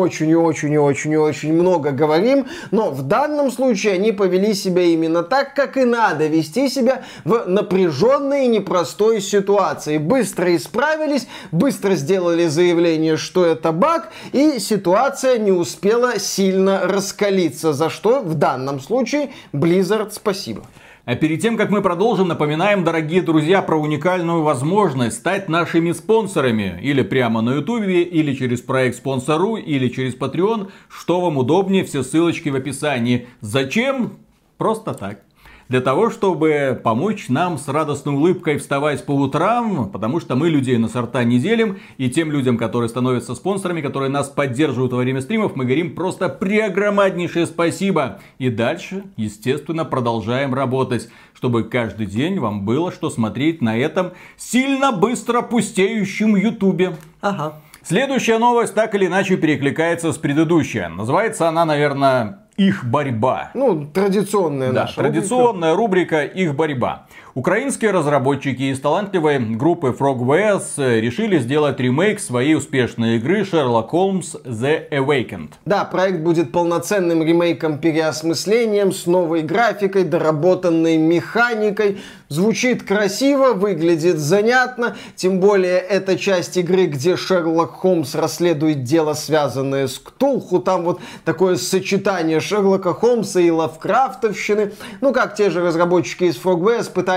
[SPEAKER 1] очень много говорим, но в данном случае они повели себя именно так, как и надо вести себя в напряженной и непростой ситуации. Быстро исправились, быстро сделали заявление, что это баг, и ситуация не успела сильно раскалиться, за что в данном случае Blizzard спасибо.
[SPEAKER 2] А перед тем, как мы продолжим, напоминаем, дорогие друзья, про уникальную возможность стать нашими спонсорами. Или прямо на Ютубе, или через проект Спонсору, или через Patreon. Что вам удобнее, все ссылочки в описании. Зачем? Просто так. Для того, чтобы помочь нам с радостной улыбкой вставать по утрам, потому что мы людей на сорта не делим, и тем людям, которые становятся спонсорами, которые нас поддерживают во время стримов, мы говорим просто преогромаднейшее спасибо. И дальше, естественно, продолжаем работать, чтобы каждый день вам было что смотреть на этом сильно быстро пустеющем ютубе.
[SPEAKER 1] Ага.
[SPEAKER 2] Следующая новость так или иначе перекликается с предыдущей. Называется она, наверное, «Их борьба».
[SPEAKER 1] Традиционная наша
[SPEAKER 2] традиционная рубрика «Их борьба». Украинские разработчики из талантливой группы FrogVS решили сделать ремейк своей успешной игры Sherlock Holmes The Awakened.
[SPEAKER 1] Да, проект будет полноценным ремейком-переосмыслением с новой графикой, доработанной механикой. Звучит красиво, выглядит занятно. Тем более, это часть игры, где Шерлок Холмс расследует дело, связанное с Ктулху. Там вот такое сочетание Шерлока Холмса и лавкрафтовщины. Как те же разработчики из FrogVS пытались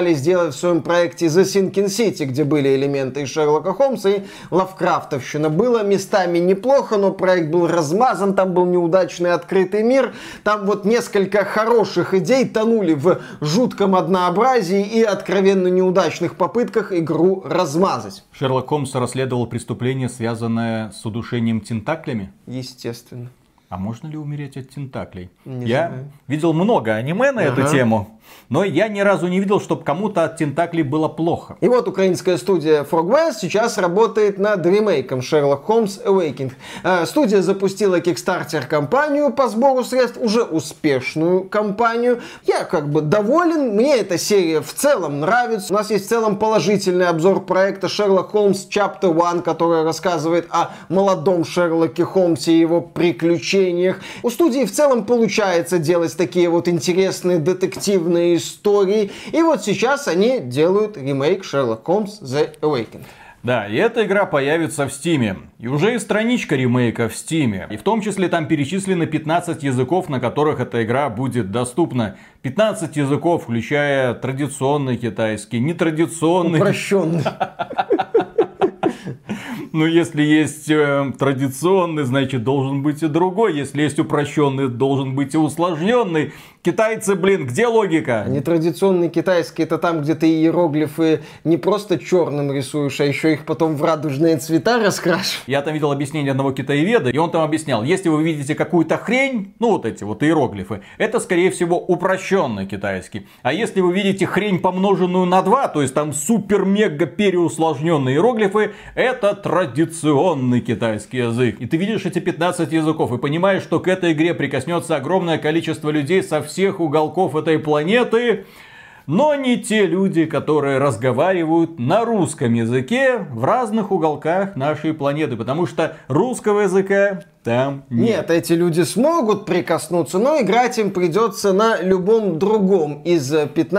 [SPEAKER 1] пытались сделать в своем проекте The Sinking City, где были элементы из Шерлока Холмса и Лавкрафтовщина. Было местами неплохо, но проект был размазан, там был неудачный открытый мир, там вот несколько хороших идей тонули в жутком однообразии и откровенно неудачных попытках игру размазать.
[SPEAKER 2] Шерлок Холмс расследовал преступление, связанное с удушением тентаклями?
[SPEAKER 1] Естественно.
[SPEAKER 2] А можно ли умереть от тентаклей?
[SPEAKER 1] Не
[SPEAKER 2] Я
[SPEAKER 1] знаю.
[SPEAKER 2] видел много аниме на эту тему, но я ни разу не видел, чтобы кому-то от тентаклей было плохо.
[SPEAKER 1] И вот украинская студия Frogwares сейчас работает над ремейком Sherlock Holmes Awakening. Студия запустила кикстартер-кампанию по сбору средств, уже успешную кампанию. Я как бы доволен, мне эта серия в целом нравится. У нас есть в целом положительный обзор проекта Sherlock Holmes Chapter 1, который рассказывает о молодом Шерлоке Холмсе и его приключениях. У студии в целом получается делать такие вот интересные детективные истории. И вот сейчас они делают ремейк Sherlock Holmes The Awakening.
[SPEAKER 2] Да, и эта игра появится в Стиме. И уже и страничка ремейка в Стиме. И в том числе там перечислены 15 языков, на которых эта игра будет доступна. 15 языков, включая традиционный китайский, нетрадиционный.
[SPEAKER 1] Упрощенный.
[SPEAKER 2] Ну, если есть традиционный, значит, должен быть и другой. Если есть упрощенный, должен быть и усложненный. Китайцы, блин, где логика?
[SPEAKER 1] Нетрадиционный китайский — это там, где ты иероглифы не просто черным рисуешь, а еще их потом в радужные цвета раскрашиваешь.
[SPEAKER 2] Я там видел объяснение одного китаеведа, и он там объяснял, если вы видите какую-то хрень, ну вот эти вот иероглифы, это скорее всего упрощенный китайский. А если вы видите хрень, помноженную на 2, то есть там супер-мега переусложненные иероглифы, это традиционный китайский язык. И ты видишь эти 15 языков и понимаешь, что к этой игре прикоснется огромное количество людей со всех уголков этой планеты, но не те люди, которые разговаривают на русском языке в разных уголках нашей планеты, потому что русского языка там нет.
[SPEAKER 1] Нет, эти люди смогут прикоснуться, но играть им придется на любом другом из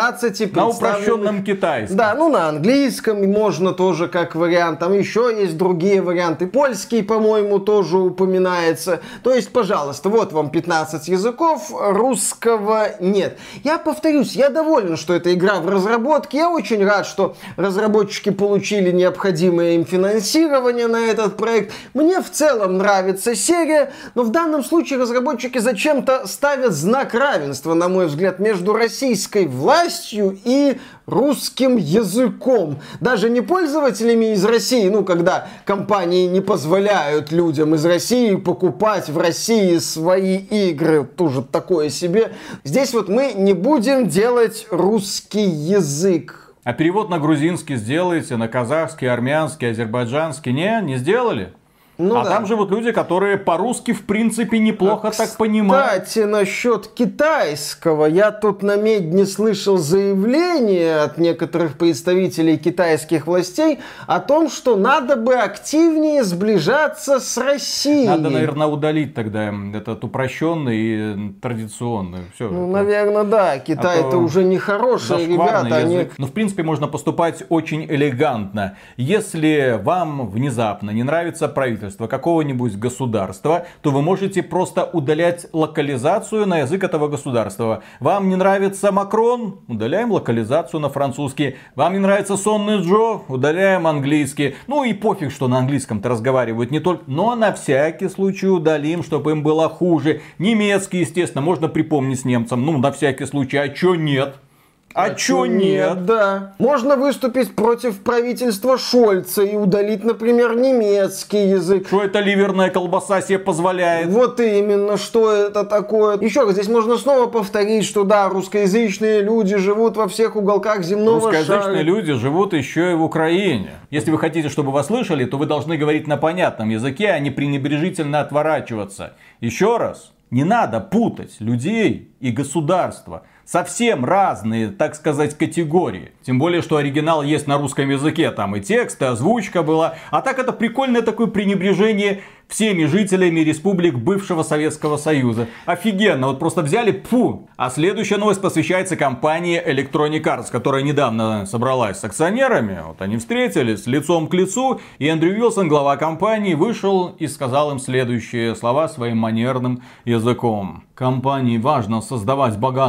[SPEAKER 1] 15
[SPEAKER 2] На упрощенном китайском.
[SPEAKER 1] Да, ну на английском можно тоже как вариант. Там еще есть другие варианты. Польский, по-моему, тоже упоминается. То есть, пожалуйста, вот вам 15 языков, русского нет. Я повторюсь, я доволен, что эта игра в разработке. Я очень рад, что разработчики получили необходимое им финансирование на этот проект. Мне в целом нравится серия, но в данном случае разработчики зачем-то ставят знак равенства, на мой взгляд, между российской властью и русским языком. Даже не пользователями из России, ну, когда компании не позволяют людям из России покупать в России свои игры, тоже такое себе. Здесь вот мы не будем делать русский язык.
[SPEAKER 2] А перевод на грузинский сделаете, на казахский, армянский, азербайджанский? Не сделали?
[SPEAKER 1] Ну,
[SPEAKER 2] а
[SPEAKER 1] да.
[SPEAKER 2] там живут люди, которые по-русски в принципе неплохо так понимают.
[SPEAKER 1] Кстати, насчет китайского. Я тут на медне слышал заявление от некоторых представителей китайских властей о том, что надо бы активнее сближаться с Россией.
[SPEAKER 2] Надо, наверное, удалить тогда этот упрощенный и традиционный. Все,
[SPEAKER 1] Ну, наверное, да. Китай это уже не хорошие ребята. Они...
[SPEAKER 2] Но в принципе можно поступать очень элегантно. Если вам внезапно не нравится правительство какого-нибудь государства, то вы можете просто удалять локализацию на язык этого государства. Вам не нравится Макрон? Удаляем локализацию на французский. Вам не нравится Сонный Джо? Удаляем английский. Ну и пофиг, что на английском-то разговаривают не только, но на всякий случай удалим, чтобы им было хуже. Немецкий, естественно, можно припомнить немцам. Ну, на всякий случай, а чё нет? А чё нет?
[SPEAKER 1] Да. Можно выступить против правительства Шольца и удалить, например, немецкий язык.
[SPEAKER 2] Что это ливерная колбаса себе позволяет?
[SPEAKER 1] Вот именно, что это такое. Еще раз, здесь можно снова повторить, что да, русскоязычные люди живут во всех уголках земного шара.
[SPEAKER 2] Русскоязычные люди живут еще и в Украине. Если вы хотите, чтобы вас слышали, то вы должны говорить на понятном языке, а не пренебрежительно отворачиваться. Еще раз, не надо путать людей и государства. Совсем разные, так сказать, категории. Тем более, что оригинал есть на русском языке. Там и текст, и озвучка была. А так это прикольное такое пренебрежение всеми жителями республик бывшего Советского Союза. Офигенно. Вот просто взяли, фу. А следующая новость посвящается компании Electronic Arts, которая недавно собралась с акционерами. Вот они встретились лицом к лицу. И Эндрю Уилсон, глава компании, вышел и сказал им следующие слова своим манерным языком. Компании важно создавать богатые миры,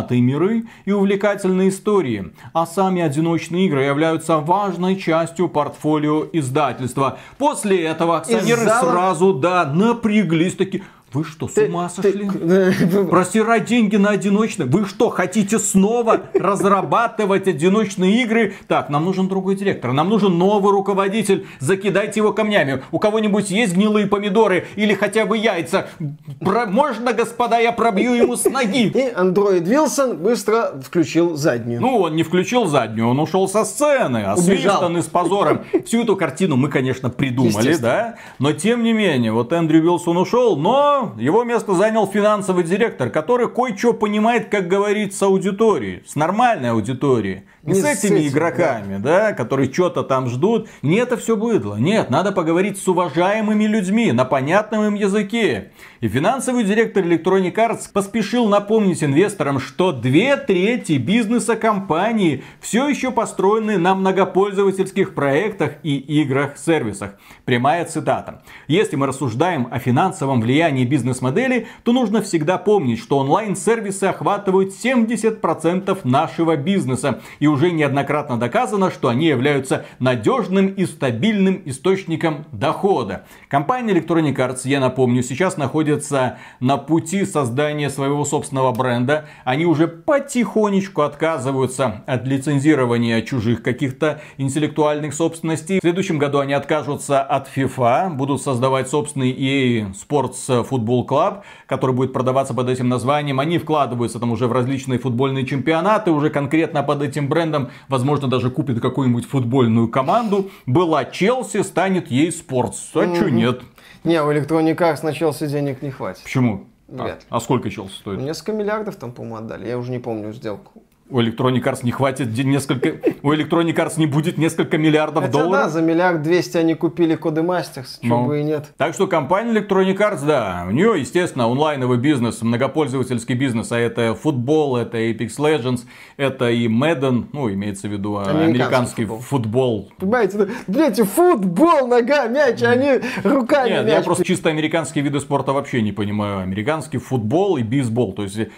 [SPEAKER 2] игры и увлекательные истории, а сами одиночные игры являются важной частью портфолио издательства. После этого акционеры сразу, напряглись такие... Вы что, с ума сошли? Просирать деньги на одиночные? Вы что, хотите снова разрабатывать одиночные игры? Так, нам нужен другой директор, нам нужен новый руководитель. Закидайте его камнями. У кого-нибудь есть гнилые помидоры или хотя бы яйца? Можно, господа, я пробью ему с ноги?
[SPEAKER 1] И андроид Вилсон быстро включил заднюю.
[SPEAKER 2] Ну, он не включил заднюю, он ушел со сцены, освистанный с позором. Всю эту картину мы, конечно, придумали, да? Но, тем не менее, вот Эндрю Вилсон ушел, но его место занял финансовый директор, который кое-что понимает, как говорить, с аудиторией, с нормальной аудиторией. Не с этими игроками, да, которые что-то там ждут. Не это все быдло. Нет, надо поговорить с уважаемыми людьми на понятном им языке. И финансовый директор Electronic Arts поспешил напомнить инвесторам, что 2/3 бизнеса компании все еще построены на многопользовательских проектах и играх-сервисах. Прямая цитата. Если мы рассуждаем о финансовом влиянии бизнес-модели, то нужно всегда помнить, что онлайн-сервисы охватывают 70% нашего бизнеса. И уже неоднократно доказано, что они являются надежным и стабильным источником дохода. Компания Electronic Arts, я напомню, сейчас находится на пути создания своего собственного бренда. Они уже потихонечку отказываются от лицензирования чужих каких-то интеллектуальных собственностей. В следующем году они откажутся от FIFA, будут создавать собственный EA Sports Football Club, который будет продаваться под этим названием. Они вкладываются там уже в различные футбольные чемпионаты, уже конкретно под этим брендом, возможно, даже купит какую-нибудь футбольную команду. Была Челси, станет ей Sports. А чё нет?
[SPEAKER 1] Не, у Electronic Arts на Челси денег не хватит.
[SPEAKER 2] Почему?
[SPEAKER 1] Вряд ли.
[SPEAKER 2] А сколько Челси стоит?
[SPEAKER 1] Несколько миллиардов там, по-моему, отдали. Я уже не помню сделку.
[SPEAKER 2] У Electronic Arts не хватит несколько... У Electronic Arts не будет несколько миллиардов долларов.
[SPEAKER 1] Да, за 1 200 000 они купили Codemasters, чего бы и нет.
[SPEAKER 2] Так что компания Electronic Arts, да, у нее, естественно, онлайновый бизнес, многопользовательский бизнес, а это футбол, это Apex Legends, это и Madden, ну, имеется в виду американский футбол.
[SPEAKER 1] Понимаете, блядь, футбол, нога, мяч, они руками
[SPEAKER 2] Нет,
[SPEAKER 1] мяч.
[SPEAKER 2] я просто чисто американские виды спорта вообще не понимаю. Американский футбол и бейсбол. То есть,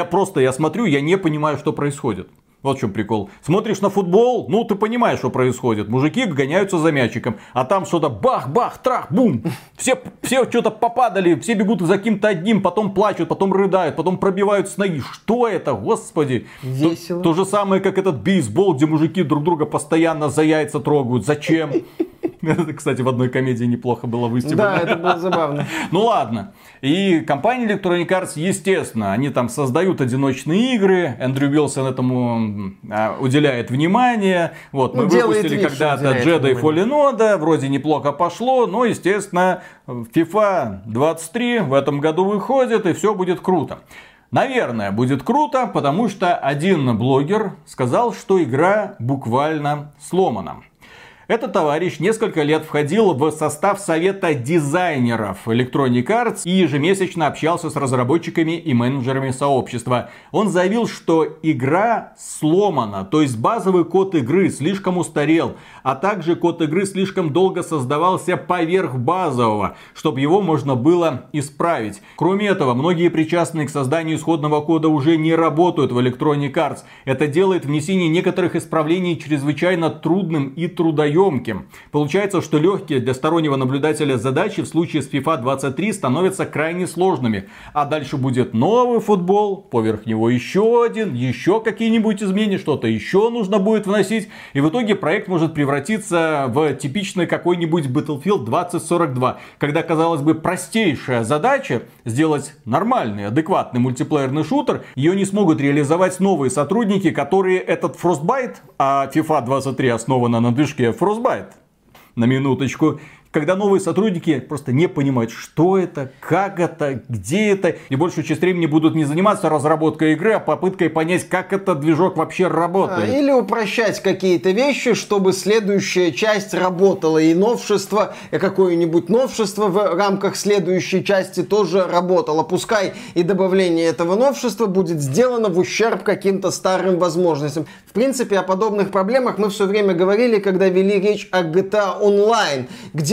[SPEAKER 2] я смотрю, я не понимаю, что происходит. Вот в чем прикол. Смотришь на футбол, ну ты понимаешь, что происходит. Мужики гоняются за мячиком, а там что-то бах-бах, трах, бум. Все что-то попадали, все бегут за каким-то одним, потом плачут, потом рыдают, потом пробивают с ноги. Что это, господи?
[SPEAKER 1] Весело.
[SPEAKER 2] То же самое, как этот бейсбол, где мужики друг друга постоянно за яйца трогают. Зачем? Это, кстати, в одной комедии неплохо было выстебано.
[SPEAKER 1] Да, это было забавно.
[SPEAKER 2] Ну ладно. И компания Electronic Arts, естественно, они там создают одиночные игры. Эндрю Вилсон этому уделяет внимание. Вот, мы выпустили когда-то Jedi Fallen Order, вроде неплохо пошло. Но, естественно, FIFA 23 в этом году выходит, и все будет круто. Наверное, будет круто, потому что один блогер сказал, что игра буквально сломана. Этот товарищ несколько лет входил в состав совета дизайнеров Electronic Arts и ежемесячно общался с разработчиками и менеджерами сообщества. Он заявил, что игра сломана, то есть базовый код игры слишком устарел, а также код игры слишком долго создавался поверх базового, чтобы его можно было исправить. Кроме этого, многие причастные к созданию исходного кода уже не работают в Electronic Arts. Это делает внесение некоторых исправлений чрезвычайно трудным и трудоемким. Получается, что легкие для стороннего наблюдателя задачи в случае с FIFA 23 становятся крайне сложными. А дальше будет новый футбол, поверх него еще один, еще какие-нибудь изменения, что-то еще нужно будет вносить. И в итоге проект может превратиться в типичный какой-нибудь Battlefield 2042. Когда, казалось бы, простейшая задача сделать нормальный, адекватный мультиплеерный шутер, ее не смогут реализовать новые сотрудники, которые этот Frostbite, а FIFA 23 основана на движке Frostbite, на минуточку, когда новые сотрудники просто не понимают, что это, как это, где это. И большую часть времени будут не заниматься разработкой игры, а попыткой понять, как этот движок вообще работает.
[SPEAKER 1] Или упрощать какие-то вещи, чтобы следующая часть работала. И новшество, и какое-нибудь новшество в рамках следующей части тоже работало. Пускай и добавление этого новшества будет сделано в ущерб каким-то старым возможностям. В принципе, о подобных проблемах мы все время говорили, когда вели речь о GTA Online, где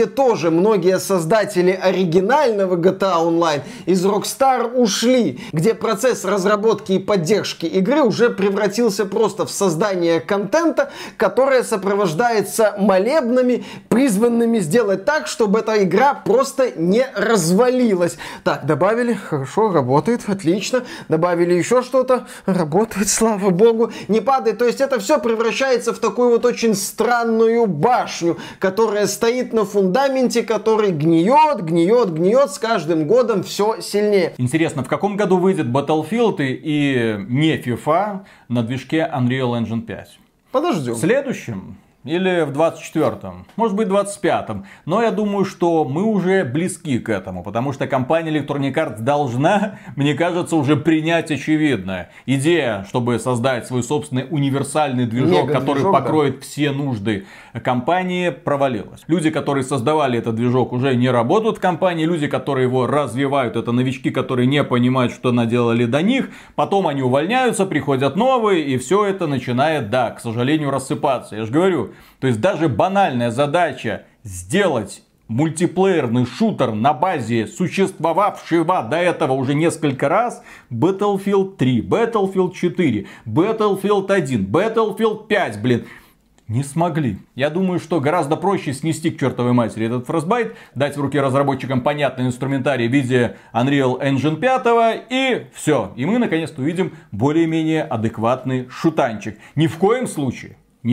[SPEAKER 1] тоже многие создатели оригинального GTA Online из Rockstar ушли, где процесс разработки и поддержки игры уже превратился просто в создание контента, которое сопровождается молебнами, призванными сделать так, чтобы эта игра просто не развалилась. Так, добавили, хорошо, работает, отлично. Добавили еще что-то, работает, слава богу, не падает. То есть это все превращается в такую вот очень странную башню, которая стоит на фундаменте, который гниет, с каждым годом все сильнее.
[SPEAKER 2] Интересно, в каком году выйдет Battlefield и не FIFA на движке Unreal Engine 5?
[SPEAKER 1] Подождем.
[SPEAKER 2] В следующем? Или в 24-м, может быть 25-м. Но я думаю, что мы уже близки к этому. Потому что компания Electronic Arts должна, мне кажется, уже принять очевидное. Идея, чтобы создать свой собственный универсальный движок, который покроет все нужды компании, провалилась. Люди, которые создавали этот движок, уже не работают в компании. Люди, которые его развивают, это новички, которые не понимают, что наделали до них. Потом они увольняются, приходят новые. И все это начинает, да, к сожалению, рассыпаться. Я же говорю. То есть даже банальная задача сделать мультиплеерный шутер на базе существовавшего до этого уже несколько раз Battlefield 3, Battlefield 4, Battlefield 1, Battlefield 5, не смогли. Я думаю, что гораздо проще снести к чертовой матери этот Frostbite, дать в руки разработчикам понятный инструментарий в виде Unreal Engine 5 и все. И мы наконец-то увидим более-менее адекватный шутанчик. Ни в коем случае не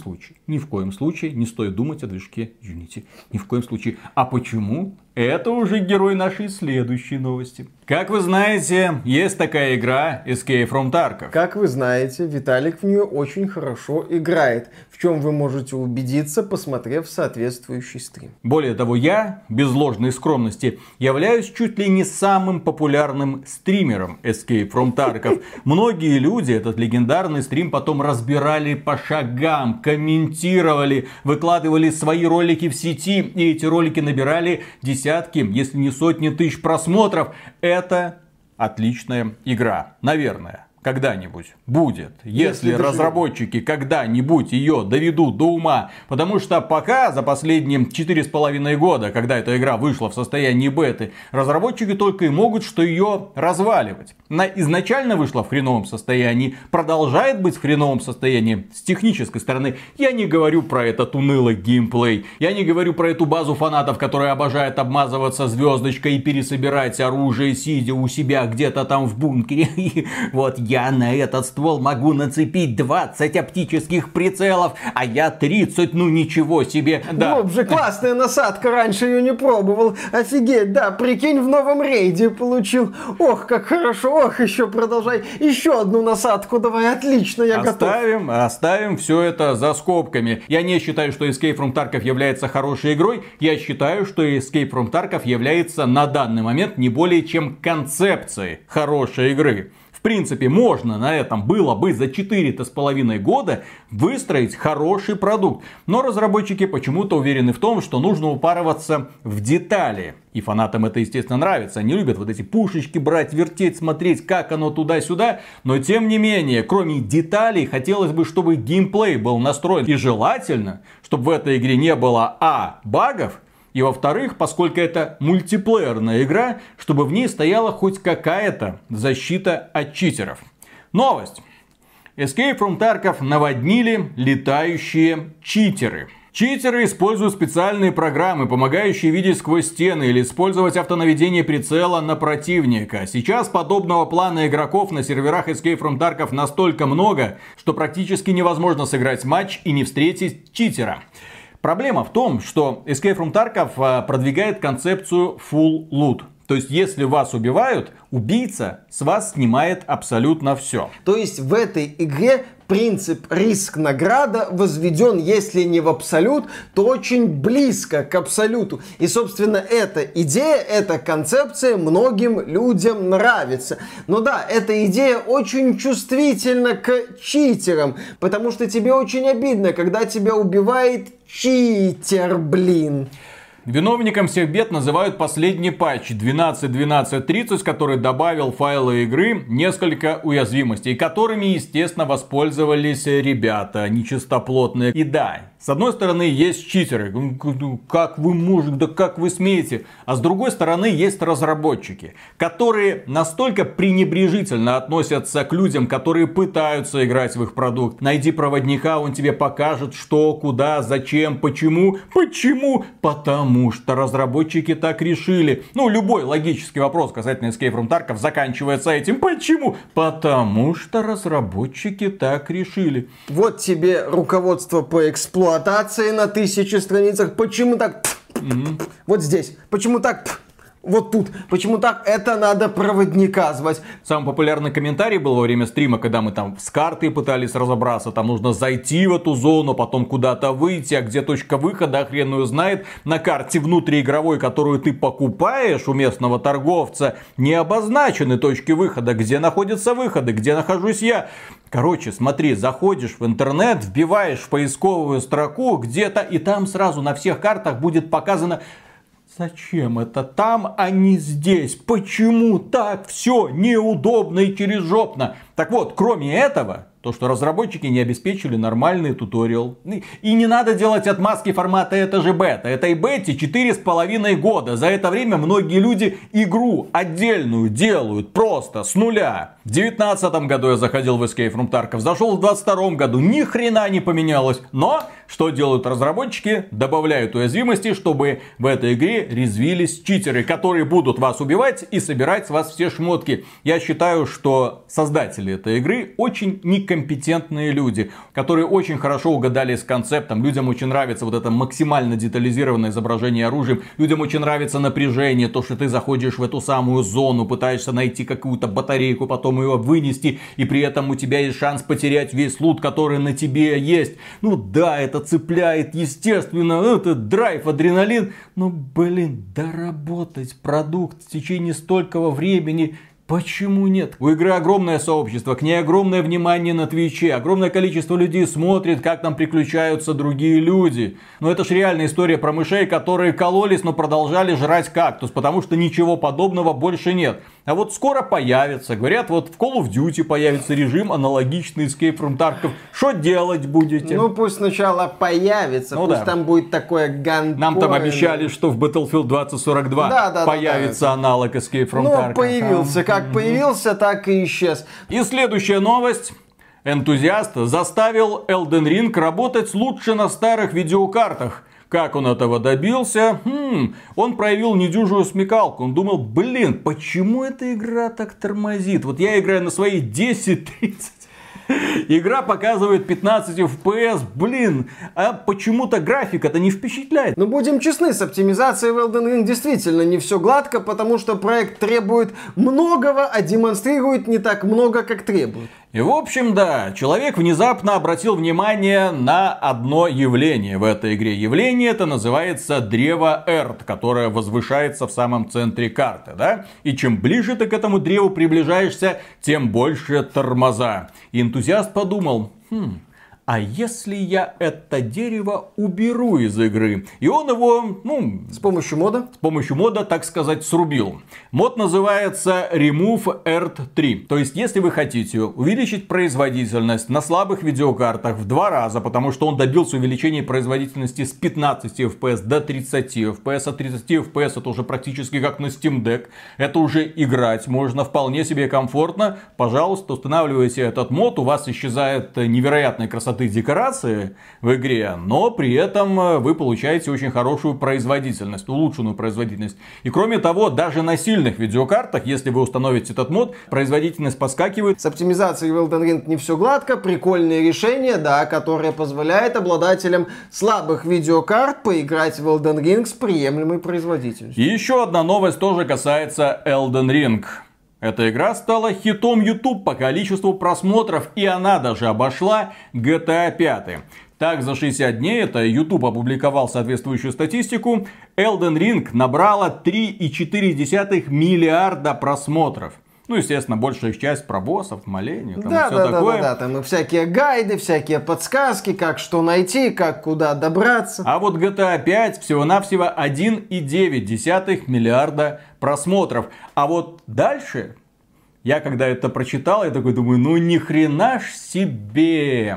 [SPEAKER 2] стоит думать о движке Unity. Ни в коем случае. А почему? Это уже герой нашей следующей новости. Как вы знаете, есть такая игра Escape from Tarkov.
[SPEAKER 1] Как вы знаете, Виталик в нее очень хорошо играет. В чем вы можете убедиться, посмотрев соответствующий стрим.
[SPEAKER 2] Более того, я, без ложной скромности, являюсь чуть ли не самым популярным стримером Escape from Tarkov. Многие люди этот легендарный стрим потом разбирали по шагам, комментировали, выкладывали свои ролики в сети, и эти ролики набирали десятки, если не сотни тысяч просмотров. Это отличная игра. Наверное, когда-нибудь будет, если разработчики когда-нибудь ее доведут до ума. Потому что пока, за последние 4,5 года, когда эта игра вышла в состоянии беты, разработчики только и могут что ее разваливать. Она изначально вышла в хреновом состоянии, продолжает быть в хреновом состоянии с технической стороны. Я не говорю про этот унылый геймплей. Я не говорю про эту базу фанатов, которая обожает обмазываться звездочкой и пересобирать оружие, сидя у себя где-то там в бункере. Вот я на этот ствол могу нацепить 20 оптических прицелов, а я 30, ну ничего себе.
[SPEAKER 1] Да. Ну, классная насадка, раньше ее не пробовал. Офигеть, да, прикинь, в новом рейде получил. Ох, как хорошо, ох, еще продолжай. Еще одну насадку давай, отлично, я готов.
[SPEAKER 2] Оставим все это за скобками. Я не считаю, что Escape from Tarkov является хорошей игрой. Я считаю, что Escape from Tarkov является на данный момент не более чем концепцией хорошей игры. В принципе, можно на этом было бы за 4,5 года выстроить хороший продукт. Но разработчики почему-то уверены в том, что нужно упарываться в детали. И фанатам это, естественно, нравится. Они любят вот эти пушечки брать, вертеть, смотреть, как оно туда-сюда. Но, тем не менее, кроме деталей, хотелось бы, чтобы геймплей был настроен. И желательно, чтобы в этой игре не было багов. И во-вторых, поскольку это мультиплеерная игра, чтобы в ней стояла хоть какая-то защита от читеров. Новость. Escape from Tarkov наводнили летающие читеры. Читеры используют специальные программы, помогающие видеть сквозь стены или использовать автонаведение прицела на противника. Сейчас подобного плана игроков на серверах Escape from Tarkov настолько много, что практически невозможно сыграть матч и не встретить читера. Проблема в том, что Escape from Tarkov продвигает концепцию full loot. То есть, если вас убивают, убийца с вас снимает абсолютно все.
[SPEAKER 1] То есть, в этой игре принцип риск-награда возведен, если не в абсолют, то очень близко к абсолюту. И, собственно, эта идея, эта концепция многим людям нравится. Но да, эта идея очень чувствительна к читерам, потому что тебе очень обидно, когда тебя убивает читер, блин.
[SPEAKER 2] Виновником всех бед называют последний патч 12.12.30, который добавил в файлы игры несколько уязвимостей, которыми, естественно, воспользовались ребята нечистоплотные. И да, с одной стороны есть читеры, как вы можете, да как вы смеете. А с другой стороны есть разработчики, которые настолько пренебрежительно относятся к людям, которые пытаются играть в их продукт. Найди проводника, он тебе покажет, что, куда, зачем, почему. Почему? Потому что разработчики так решили. Ну, любой логический вопрос касательно Escape from Tarkov заканчивается этим. Почему? Потому что разработчики так решили.
[SPEAKER 1] Вот тебе руководство по эксплуатации на 1000 страницах. Почему так? Вот здесь. Почему так? Вот тут. Почему так? Это надо проводника звать.
[SPEAKER 2] Самый популярный комментарий был во время стрима, когда мы там с картой пытались разобраться. Там нужно зайти в эту зону, потом куда-то выйти. А где точка выхода, хрен ее знает. На карте внутриигровой, которую ты покупаешь у местного торговца, не обозначены точки выхода. Где находятся выходы, где нахожусь я. Короче, смотри, заходишь в интернет, вбиваешь в поисковую строку где-то, и там сразу на всех картах будет показано... Зачем это там, а не здесь? Почему так все неудобно и чересжопно? Так вот, кроме этого, то, что разработчики не обеспечили нормальный туториал. И не надо делать отмазки формата «это же бета». Этой бете 4,5 года. За это время многие люди игру отдельную делают просто с нуля. В 2019 году я заходил в Escape from Tarkov, зашел в 2022 году, ни хрена не поменялось. Но, что делают разработчики? Добавляют уязвимости, чтобы в этой игре резвились читеры, которые будут вас убивать и собирать с вас все шмотки. Я считаю, что создатели этой игры очень некомпетентные люди, которые очень хорошо угадали с концептом. Людям очень нравится вот это максимально детализированное изображение оружием. Людям очень нравится напряжение, то, что ты заходишь в эту самую зону, пытаешься найти какую-то батарейку, потом ее вынести, и при этом у тебя есть шанс потерять весь лут, который на тебе есть. Ну да, это цепляет, естественно, это драйв, адреналин. Но, блин, доработать продукт в течение столького времени... Почему нет? У игры огромное сообщество, к ней огромное внимание на Твиче, огромное количество людей смотрит, как там приключаются другие люди. Но это ж реальная история про мышей, которые кололись, но продолжали жрать кактус, потому что ничего подобного больше нет. А вот скоро появится, говорят, вот в Call of Duty появится режим аналогичный Escape from Tarkov. Что делать будете?
[SPEAKER 1] Ну пусть сначала появится, ну, пусть там будет такое ганпоинт.
[SPEAKER 2] Нам там обещали, что в Battlefield 2042 появится аналог Escape from Tarkov.
[SPEAKER 1] Ну появился, как появился, так и исчез.
[SPEAKER 2] И следующая новость. Энтузиаст заставил Elden Ring работать лучше на старых видеокартах. Как он этого добился? Он проявил недюжую смекалку. Он думал, блин, почему эта игра так тормозит? Вот я играю на своей 1030. Игра показывает 15 FPS, блин, а почему-то графика-то не впечатляет.
[SPEAKER 1] Ну будем честны, с оптимизацией в Elden Ring действительно не все гладко, потому что проект требует многого, а демонстрирует не так много, как требует.
[SPEAKER 2] И в общем, да, человек внезапно обратил внимание на одно явление в этой игре. Явление это называется древо Эрт, которое возвышается в самом центре карты, да? И чем ближе ты к этому древу приближаешься, тем больше тормоза. И энтузиаст подумал, а если я это дерево уберу из игры? И он его,
[SPEAKER 1] с помощью мода?
[SPEAKER 2] С помощью мода, так сказать, срубил. Мод называется Remove Earth 3. То есть, если вы хотите увеличить производительность на слабых видеокартах в 2 раза, потому что он добился увеличения производительности с 15 FPS до 30 FPS, а 30 FPS это уже практически как на Steam Deck. Это уже играть можно вполне себе комфортно. Пожалуйста, устанавливайте этот мод, у вас исчезает невероятная красота декорации в игре, но при этом вы получаете очень хорошую производительность, улучшенную производительность. И кроме того, даже на сильных видеокартах, если вы установите этот мод, производительность подскакивает.
[SPEAKER 1] С оптимизацией в Elden Ring не все гладко, прикольное решение, да, которое позволяет обладателям слабых видеокарт поиграть в Elden Ring с приемлемой производительностью.
[SPEAKER 2] И еще одна новость тоже касается Elden Ring. Эта игра стала хитом YouTube по количеству просмотров, и она даже обошла GTA 5. Так, за 60 дней, это YouTube опубликовал соответствующую статистику, Elden Ring набрала 3,4 миллиарда просмотров. Ну, естественно, большая их часть про боссов, моления, там
[SPEAKER 1] Да,
[SPEAKER 2] и все такое.
[SPEAKER 1] Да, там и всякие гайды, всякие подсказки, как что найти, как куда добраться.
[SPEAKER 2] А вот GTA 5 всего-навсего 1,9 миллиарда просмотров. А вот дальше, я когда это прочитал, я такой думаю, ну ни хрена ж себе.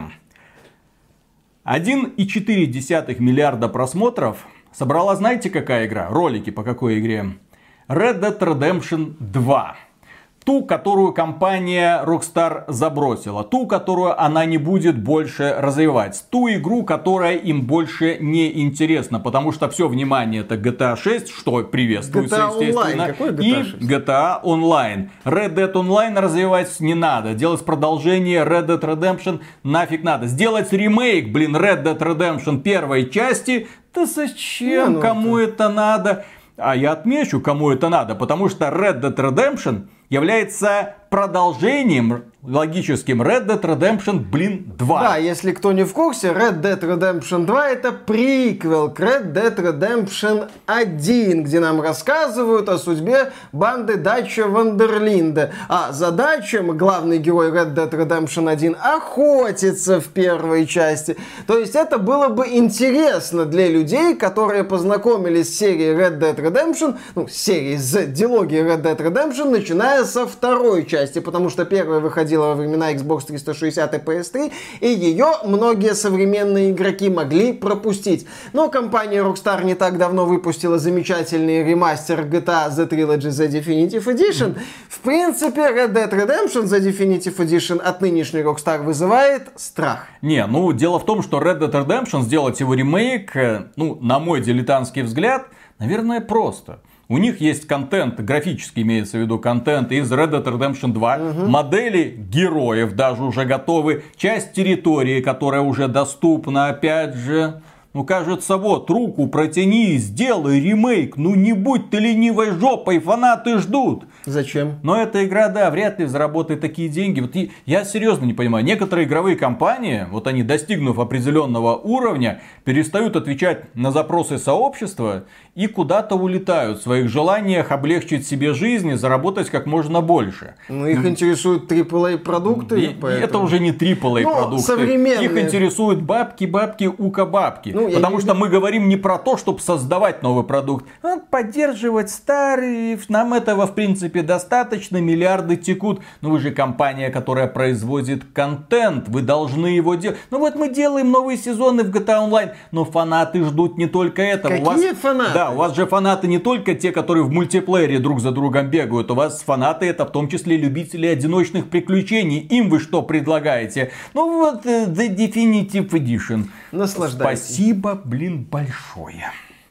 [SPEAKER 2] 1,4 миллиарда просмотров собрала, знаете, какая игра? Ролики по какой игре? Red Dead Redemption 2. Ту, которую компания Rockstar забросила. Ту, которую она не будет больше развивать. Ту игру, которая им больше не интересна. Потому что все внимание это GTA 6, что приветствуется,
[SPEAKER 1] GTA
[SPEAKER 2] естественно.
[SPEAKER 1] Online. Какой GTA
[SPEAKER 2] и
[SPEAKER 1] 6?
[SPEAKER 2] GTA Online. Red Dead Online развивать не надо. Делать продолжение Red Dead Redemption нафиг надо. Сделать ремейк, Red Dead Redemption первой части. Да зачем? Кому это надо? А я отмечу, кому это надо. Потому что Red Dead Redemption является продолжением логическим Red Dead Redemption, 2.
[SPEAKER 1] Да, если кто не в курсе, Red Dead Redemption 2 это приквел к Red Dead Redemption 1, где нам рассказывают о судьбе банды Дача Вандерлинда. А задача, главный герой Red Dead Redemption 1 охотится в первой части. То есть это было бы интересно для людей, которые познакомились с серией Red Dead Redemption, серией с дилогией Red Dead Redemption, начиная со второй части, потому что первая выходила во времена Xbox 360 и PS3, и ее многие современные игроки могли пропустить. Но компания Rockstar не так давно выпустила замечательный ремастер GTA The Trilogy The Definitive Edition. В принципе, Red Dead Redemption The Definitive Edition от нынешней Rockstar вызывает страх.
[SPEAKER 2] Дело в том, что Red Dead Redemption, сделать его ремейк, на мой дилетантский взгляд, наверное, просто. У них есть контент, графически имеется в виду контент из Red Dead Redemption 2. Модели героев даже уже готовы. Часть территории, которая уже доступна, опять же. Кажется, вот, руку протяни, сделай ремейк. Не будь ты ленивой жопой, фанаты ждут.
[SPEAKER 1] Зачем?
[SPEAKER 2] Но эта игра, да, вряд ли заработает такие деньги. Я серьезно не понимаю. Некоторые игровые компании, они достигнув определенного уровня, перестают отвечать на запросы сообщества и куда-то улетают в своих желаниях облегчить себе жизнь и заработать как можно больше.
[SPEAKER 1] Их интересуют AAA продукты.
[SPEAKER 2] Это уже не AAA продукты.
[SPEAKER 1] Современные.
[SPEAKER 2] Их интересуют бабки, ука-бабки. Потому что мы говорим не про то, чтобы создавать новый продукт, а поддерживать старый. Нам этого, в принципе, достаточно. Миллиарды текут. Вы же компания, которая производит контент. Вы должны его делать. Мы делаем новые сезоны в GTA Online. Но фанаты ждут не только этого.
[SPEAKER 1] Какие фанаты?
[SPEAKER 2] Да, у вас же фанаты не только те, которые в мультиплеере друг за другом бегают. У вас фанаты это в том числе любители одиночных приключений. Им вы что предлагаете? The Definitive Edition.
[SPEAKER 1] Наслаждайтесь.
[SPEAKER 2] Спасибо, большое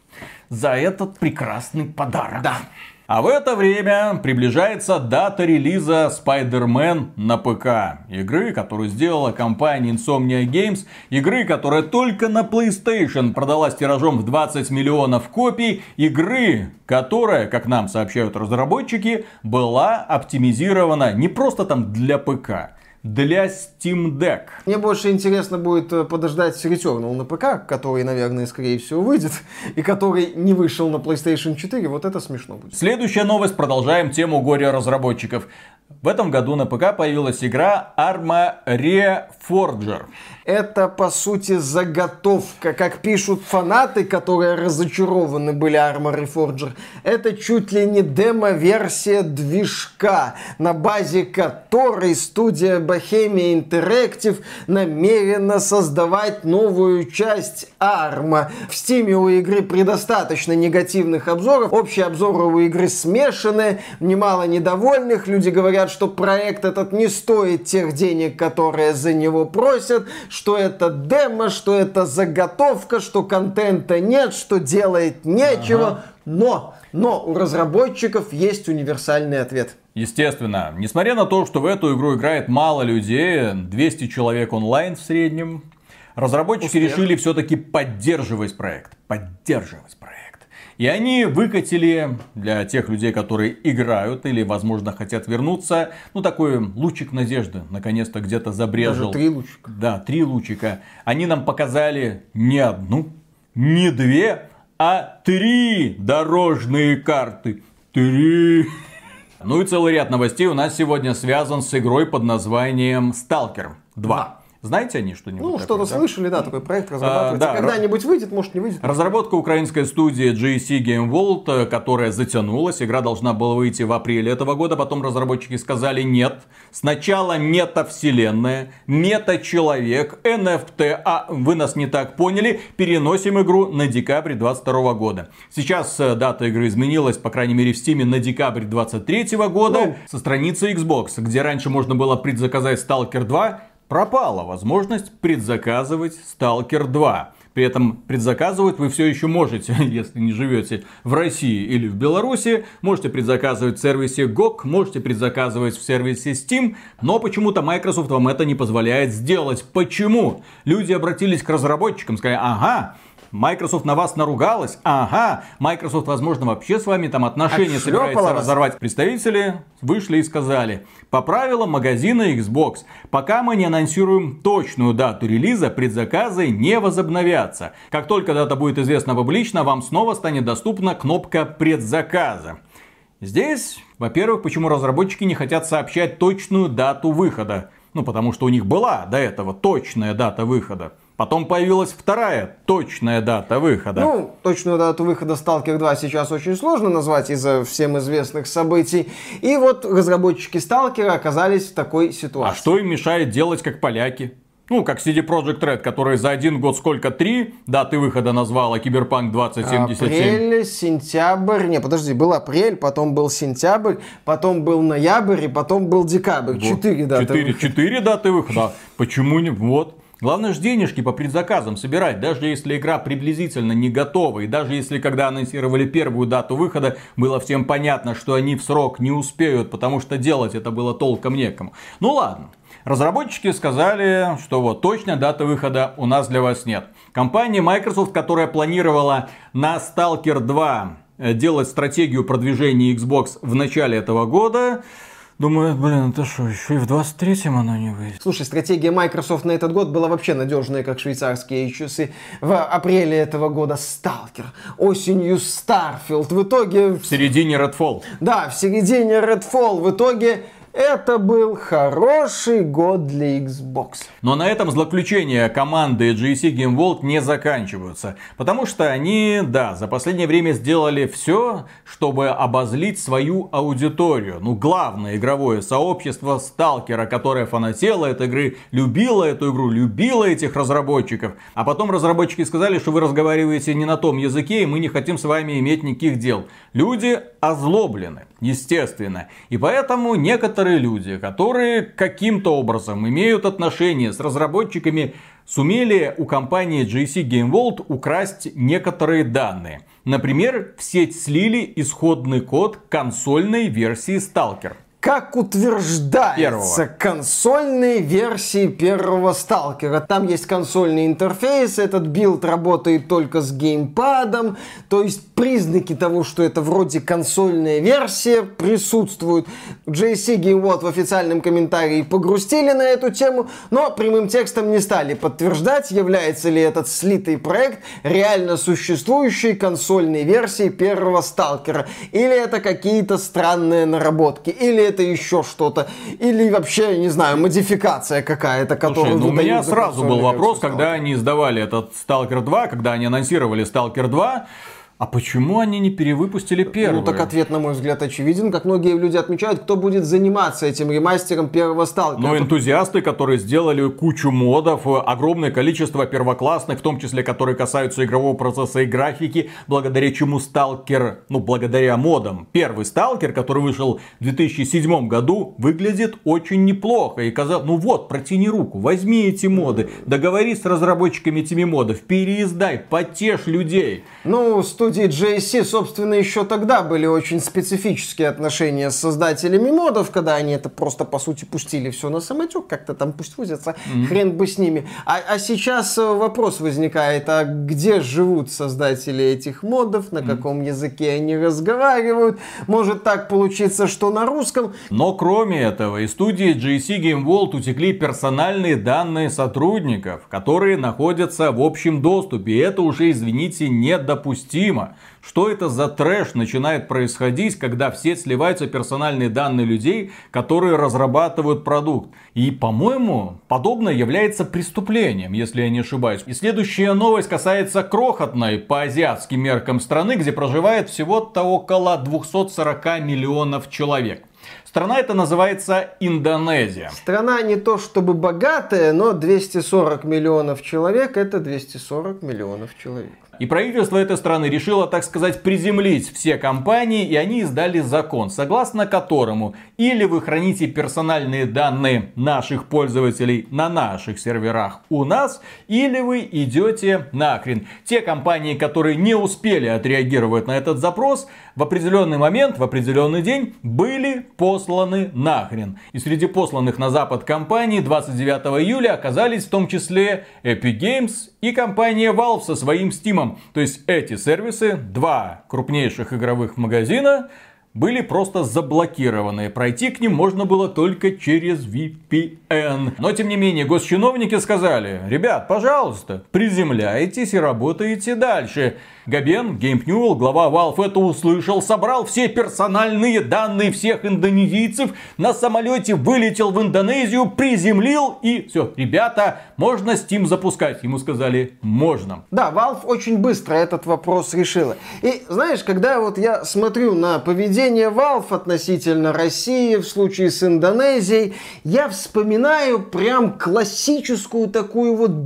[SPEAKER 2] за этот прекрасный подарок.
[SPEAKER 1] Да.
[SPEAKER 2] А в это время приближается дата релиза Spider-Man на ПК. Игры, которую сделала компания Insomnia Games. Игры, которая только на PlayStation продалась тиражом в 20 миллионов копий. Игры, которая, как нам сообщают разработчики, была оптимизирована не просто там для ПК. Для Steam Deck.
[SPEAKER 1] Мне больше интересно будет подождать Returnal на ПК, который, наверное, скорее всего выйдет, и который не вышел на PlayStation 4. Вот это смешно будет.
[SPEAKER 2] Следующая новость. Продолжаем тему горя разработчиков. В этом году на ПК появилась игра Arma Reforger.
[SPEAKER 1] Это, по сути, заготовка. Как пишут фанаты, которые разочарованы были Arma Reforger, это чуть ли не демо-версия движка, на базе которой студия Bohemia Interactive намерена создавать новую часть Arma. В Steam у игры предостаточно негативных обзоров. Общие обзоры у игры смешанные, немало недовольных. Люди говорят, что проект этот не стоит тех денег, которые за него просят, что это демо, что это заготовка, что контента нет, что делает нечего. Но у разработчиков есть универсальный ответ.
[SPEAKER 2] Естественно, несмотря на то, что в эту игру играет мало людей, 200 человек онлайн в среднем, разработчики решили все-таки поддерживать проект. И они выкатили для тех людей, которые играют или, возможно, хотят вернуться, такой лучик надежды. Наконец-то где-то забрежил.
[SPEAKER 1] Даже 3 лучика.
[SPEAKER 2] Да, 3 лучика. Они нам показали не одну, не 2, а 3 дорожные карты. 3. Ну и целый ряд новостей у нас сегодня связан с игрой под названием Stalker 2. Да. Знаете они что-нибудь?
[SPEAKER 1] Ну, что-то слышали, да, такой проект разрабатывается. Да, когда-нибудь выйдет, может не выйдет.
[SPEAKER 2] Разработка украинской студии GSC Game World, которая затянулась. Игра должна была выйти в апреле этого года. Потом разработчики сказали нет. Сначала метавселенная, мета-человек, NFT. А вы нас не так поняли. Переносим игру на декабрь 2022 года. Сейчас дата игры изменилась, по крайней мере в Steam, на декабрь 2023 года. Со страницы Xbox, где раньше можно было предзаказать Stalker 2, пропала возможность предзаказывать Stalker 2. При этом предзаказывать вы все еще можете, если не живете в России или в Беларуси. Можете предзаказывать в сервисе GOG, можете предзаказывать в сервисе Steam. Но почему-то Microsoft вам это не позволяет сделать. Почему? Люди обратились к разработчикам, сказали, ага, Microsoft на вас наругалась. Ага, Microsoft, возможно, вообще с вами там отношения собирается разорвать. Представители вышли и сказали, по правилам магазина Xbox, пока мы не анонсируем точную дату релиза, предзаказы не возобновятся. Как только дата будет известна публично, вам снова станет доступна кнопка предзаказа. Здесь, во-первых, почему разработчики не хотят сообщать точную дату выхода. Ну, потому что у них была до этого точная дата выхода. Потом появилась вторая точная дата выхода.
[SPEAKER 1] Ну, точную дату выхода Stalker 2 сейчас очень сложно назвать из-за всем известных событий. И вот разработчики Stalker оказались в такой ситуации.
[SPEAKER 2] А что им мешает делать как поляки? Ну, как CD Projekt Red, который за один год сколько? 3 даты выхода назвала Cyberpunk 2077.
[SPEAKER 1] Апрель, сентябрь. Не, подожди, был апрель, потом был сентябрь, потом был ноябрь и потом был декабрь. 4 даты выхода.
[SPEAKER 2] 4 даты выхода. Почему не? Вот. Главное же денежки по предзаказам собирать, даже если игра приблизительно не готова. И даже если когда анонсировали первую дату выхода, было всем понятно, что они в срок не успеют, потому что делать это было толком некому. Ну ладно. Разработчики сказали, что вот точная дата выхода у нас для вас нет. Компания Microsoft, которая планировала на Stalker 2 делать стратегию продвижения Xbox в начале этого года, думаю, блин, это что, еще и в 23-м оно не выйдет?
[SPEAKER 1] Слушай, стратегия Microsoft на этот год была вообще надежная, как швейцарские часы. В апреле этого года Stalker, осенью Starfield, в итоге...
[SPEAKER 2] В середине Redfall.
[SPEAKER 1] Да, в середине Redfall, в итоге... Это был хороший год для Xbox.
[SPEAKER 2] Но на этом злоключения команды GSC Game World не заканчиваются. Потому что они, да, за последнее время сделали все, чтобы обозлить свою аудиторию. Ну, главное игровое сообщество Сталкера, которое фанатело от игры, любило эту игру, любило этих разработчиков. А потом разработчики сказали, что вы разговариваете не на том языке, и мы не хотим с вами иметь никаких дел. Люди озлоблены, естественно. И поэтому некоторые люди, которые каким-то образом имеют отношение с разработчиками, сумели у компании GSC Game World украсть некоторые данные. Например, в сеть слили исходный код консольной версии Stalker.
[SPEAKER 1] Как утверждается, консольной версии первого Сталкера. Там есть консольный интерфейс, этот билд работает только с геймпадом. То есть признаки того, что это вроде консольная версия, присутствуют. GSC Game World в официальном комментарии погрустили на эту тему, но прямым текстом не стали подтверждать, является ли этот слитый проект реально существующей консольной версией первого Сталкера. Или это какие-то странные наработки, или это еще что-то, или вообще, не знаю, модификация какая-то, которую...
[SPEAKER 2] Слушай, ну у меня сразу был вопрос, когда они издавали этот Stalker 2, когда они анонсировали Stalker 2, а почему они не перевыпустили первый?
[SPEAKER 1] Ну так ответ, на мой взгляд, очевиден. Как многие люди отмечают, кто будет заниматься этим ремастером первого Сталкера.
[SPEAKER 2] Ну, энтузиасты, которые сделали кучу модов, огромное количество первоклассных, в том числе, которые касаются игрового процесса и графики, благодаря чему Сталкер, ну, благодаря модам, первый Сталкер, который вышел в 2007 году, выглядит очень неплохо. И казалось, ну вот, протяни руку, возьми эти моды, договорись с разработчиками этими модов, переиздай, потешь людей.
[SPEAKER 1] Ну, студии GSC, собственно, еще тогда были очень специфические отношения с создателями модов, когда они это просто, по сути, пустили все на самотек, как-то там пусть возятся, хрен бы с ними. А сейчас вопрос возникает, а где живут создатели этих модов, на каком языке они разговаривают? Может так получиться, что на русском?
[SPEAKER 2] Но кроме этого, из студии GSC Game World утекли персональные данные сотрудников, которые находятся в общем доступе. И это уже, извините, недопустимо. недопустимо. Что это за трэш начинает происходить, когда в сеть сливаются персональные данные людей, которые разрабатывают продукт? И, по-моему, подобное является преступлением, если я не ошибаюсь. И следующая новость касается крохотной по азиатским меркам страны, где проживает всего-то около 240 миллионов человек. Страна эта называется Индонезия.
[SPEAKER 1] Страна не то чтобы богатая, но 240 миллионов человек — это 240 миллионов человек.
[SPEAKER 2] И правительство этой страны решило, так сказать, приземлить все компании, и они издали закон, согласно которому или вы храните персональные данные наших пользователей на наших серверах у нас, или вы идете нахрен. Те компании, которые не успели отреагировать на этот запрос, в определенный момент, в определенный день были посланы нахрен. И среди посланных на Запад компаний 29 июля оказались в том числе Epic Games и компания Valve со своим Steam. То есть эти сервисы, два крупнейших игровых магазина, были просто заблокированы. Пройти к ним можно было только через VPN. Но тем не менее, госчиновники сказали: ребят, пожалуйста, приземляйтесь и работайте дальше. Габен Геймпнюэлл, глава Valve, это услышал, собрал все персональные данные всех индонезийцев, на самолете вылетел в Индонезию, приземлил и все, ребята, можно Steam запускать. Ему сказали: можно.
[SPEAKER 1] Да, Valve очень быстро этот вопрос решила. И знаешь, когда вот я смотрю на поведение Valve относительно России в случае с Индонезией, я вспоминаю прям классическую такую вот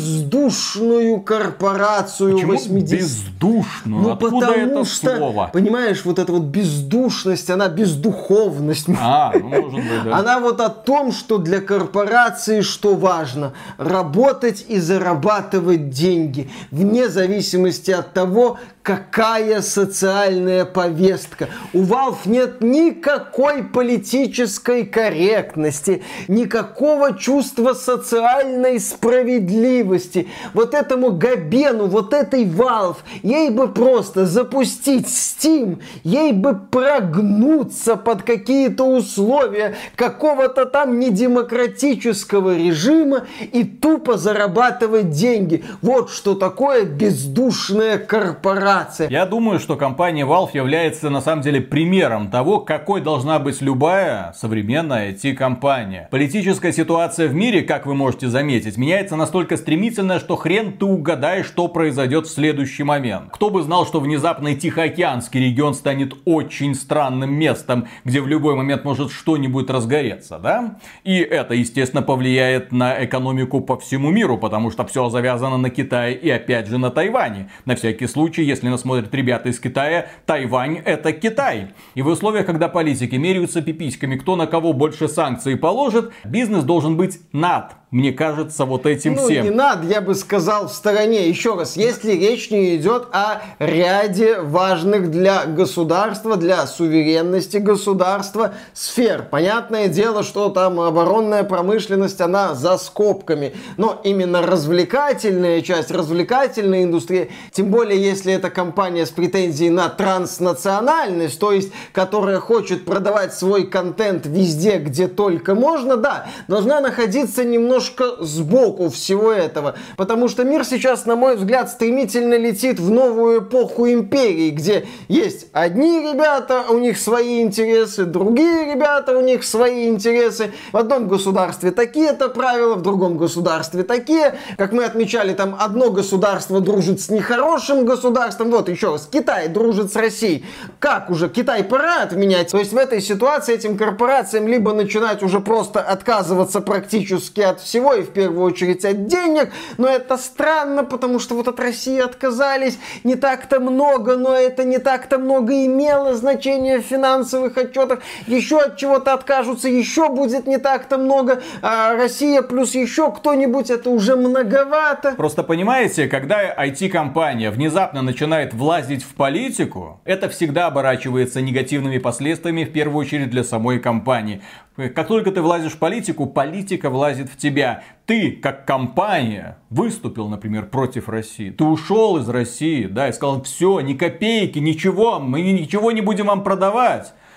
[SPEAKER 1] бездушную корпорацию.
[SPEAKER 2] Почему
[SPEAKER 1] 80-х.
[SPEAKER 2] Бездушную?
[SPEAKER 1] Ну,
[SPEAKER 2] откуда
[SPEAKER 1] потому
[SPEAKER 2] это
[SPEAKER 1] что,
[SPEAKER 2] слово?
[SPEAKER 1] понимаешь, вот эта вот бездушность, она бездуховность.
[SPEAKER 2] Может быть, да.
[SPEAKER 1] Она вот о том, что для корпорации что важно? Работать и зарабатывать деньги. Вне зависимости от того, какая социальная повестка. У Valve нет никакой политической корректности, никакого чувства социальной справедливости. Вот этому Габену, вот этой Valve, ей бы просто запустить Steam, ей бы прогнуться под какие-то условия какого-то там недемократического режима и тупо зарабатывать деньги. Вот что такое бездушная корпорация.
[SPEAKER 2] Я думаю, что компания Valve является на самом деле примером того, какой должна быть любая современная IT-компания. Политическая ситуация в мире, как вы можете заметить, меняется настолько стремительно, что хрен ты угадаешь, что произойдет в следующий момент. Кто бы знал, что внезапно Тихоокеанский регион станет очень странным местом, где в любой момент может что-нибудь разгореться, да? И это, естественно, повлияет на экономику по всему миру, потому что все завязано на Китае и опять же на Тайване. На всякий случай, если нас смотрят ребята из Китая, Тайвань — это Китай. И в условиях, когда политики меряются пиписьками, кто на кого больше санкций положит, бизнес должен быть над, мне кажется, вот этим всем.
[SPEAKER 1] Не надо, я бы сказал, в стороне. Еще раз, если речь не идет о ряде важных для государства, для суверенности государства сфер. Понятное дело, что там оборонная промышленность, она за скобками. Но именно развлекательная часть, развлекательная индустрия, тем более, если это компания с претензией на транснациональность, то есть, которая хочет продавать свой контент везде, где только можно, да, должна находиться немножко сбоку всего этого. Потому что мир сейчас, на мой взгляд, стремительно летит в новую эпоху империи, где есть одни ребята, у них свои интересы, другие ребята, у них свои интересы. В одном государстве такие-то правила, в другом государстве такие. Как мы отмечали, там одно государство дружит с нехорошим государством. Вот еще раз, Китай дружит с Россией. Как уже? Китай пора отменять. То есть в этой ситуации этим корпорациям либо начинать уже просто отказываться практически от всего и в первую очередь от денег. Но это странно, потому что вот от России отказались не так-то много, но это не так-то много имело значение в финансовых отчетах. Еще от чего-то откажутся, еще будет не так-то много. А Россия плюс еще кто-нибудь, это уже многовато.
[SPEAKER 2] Просто понимаете, когда IT-компания внезапно начинает влазить в политику, это всегда оборачивается негативными последствиями, в первую очередь для самой компании. Как только ты влазишь в политику, политика влазит в тебя. Ты, как компания, выступил, например, против России. Ты ушел из России, да, и сказал: все, ни копейки, ничего, мы ничего не будем вам продавать.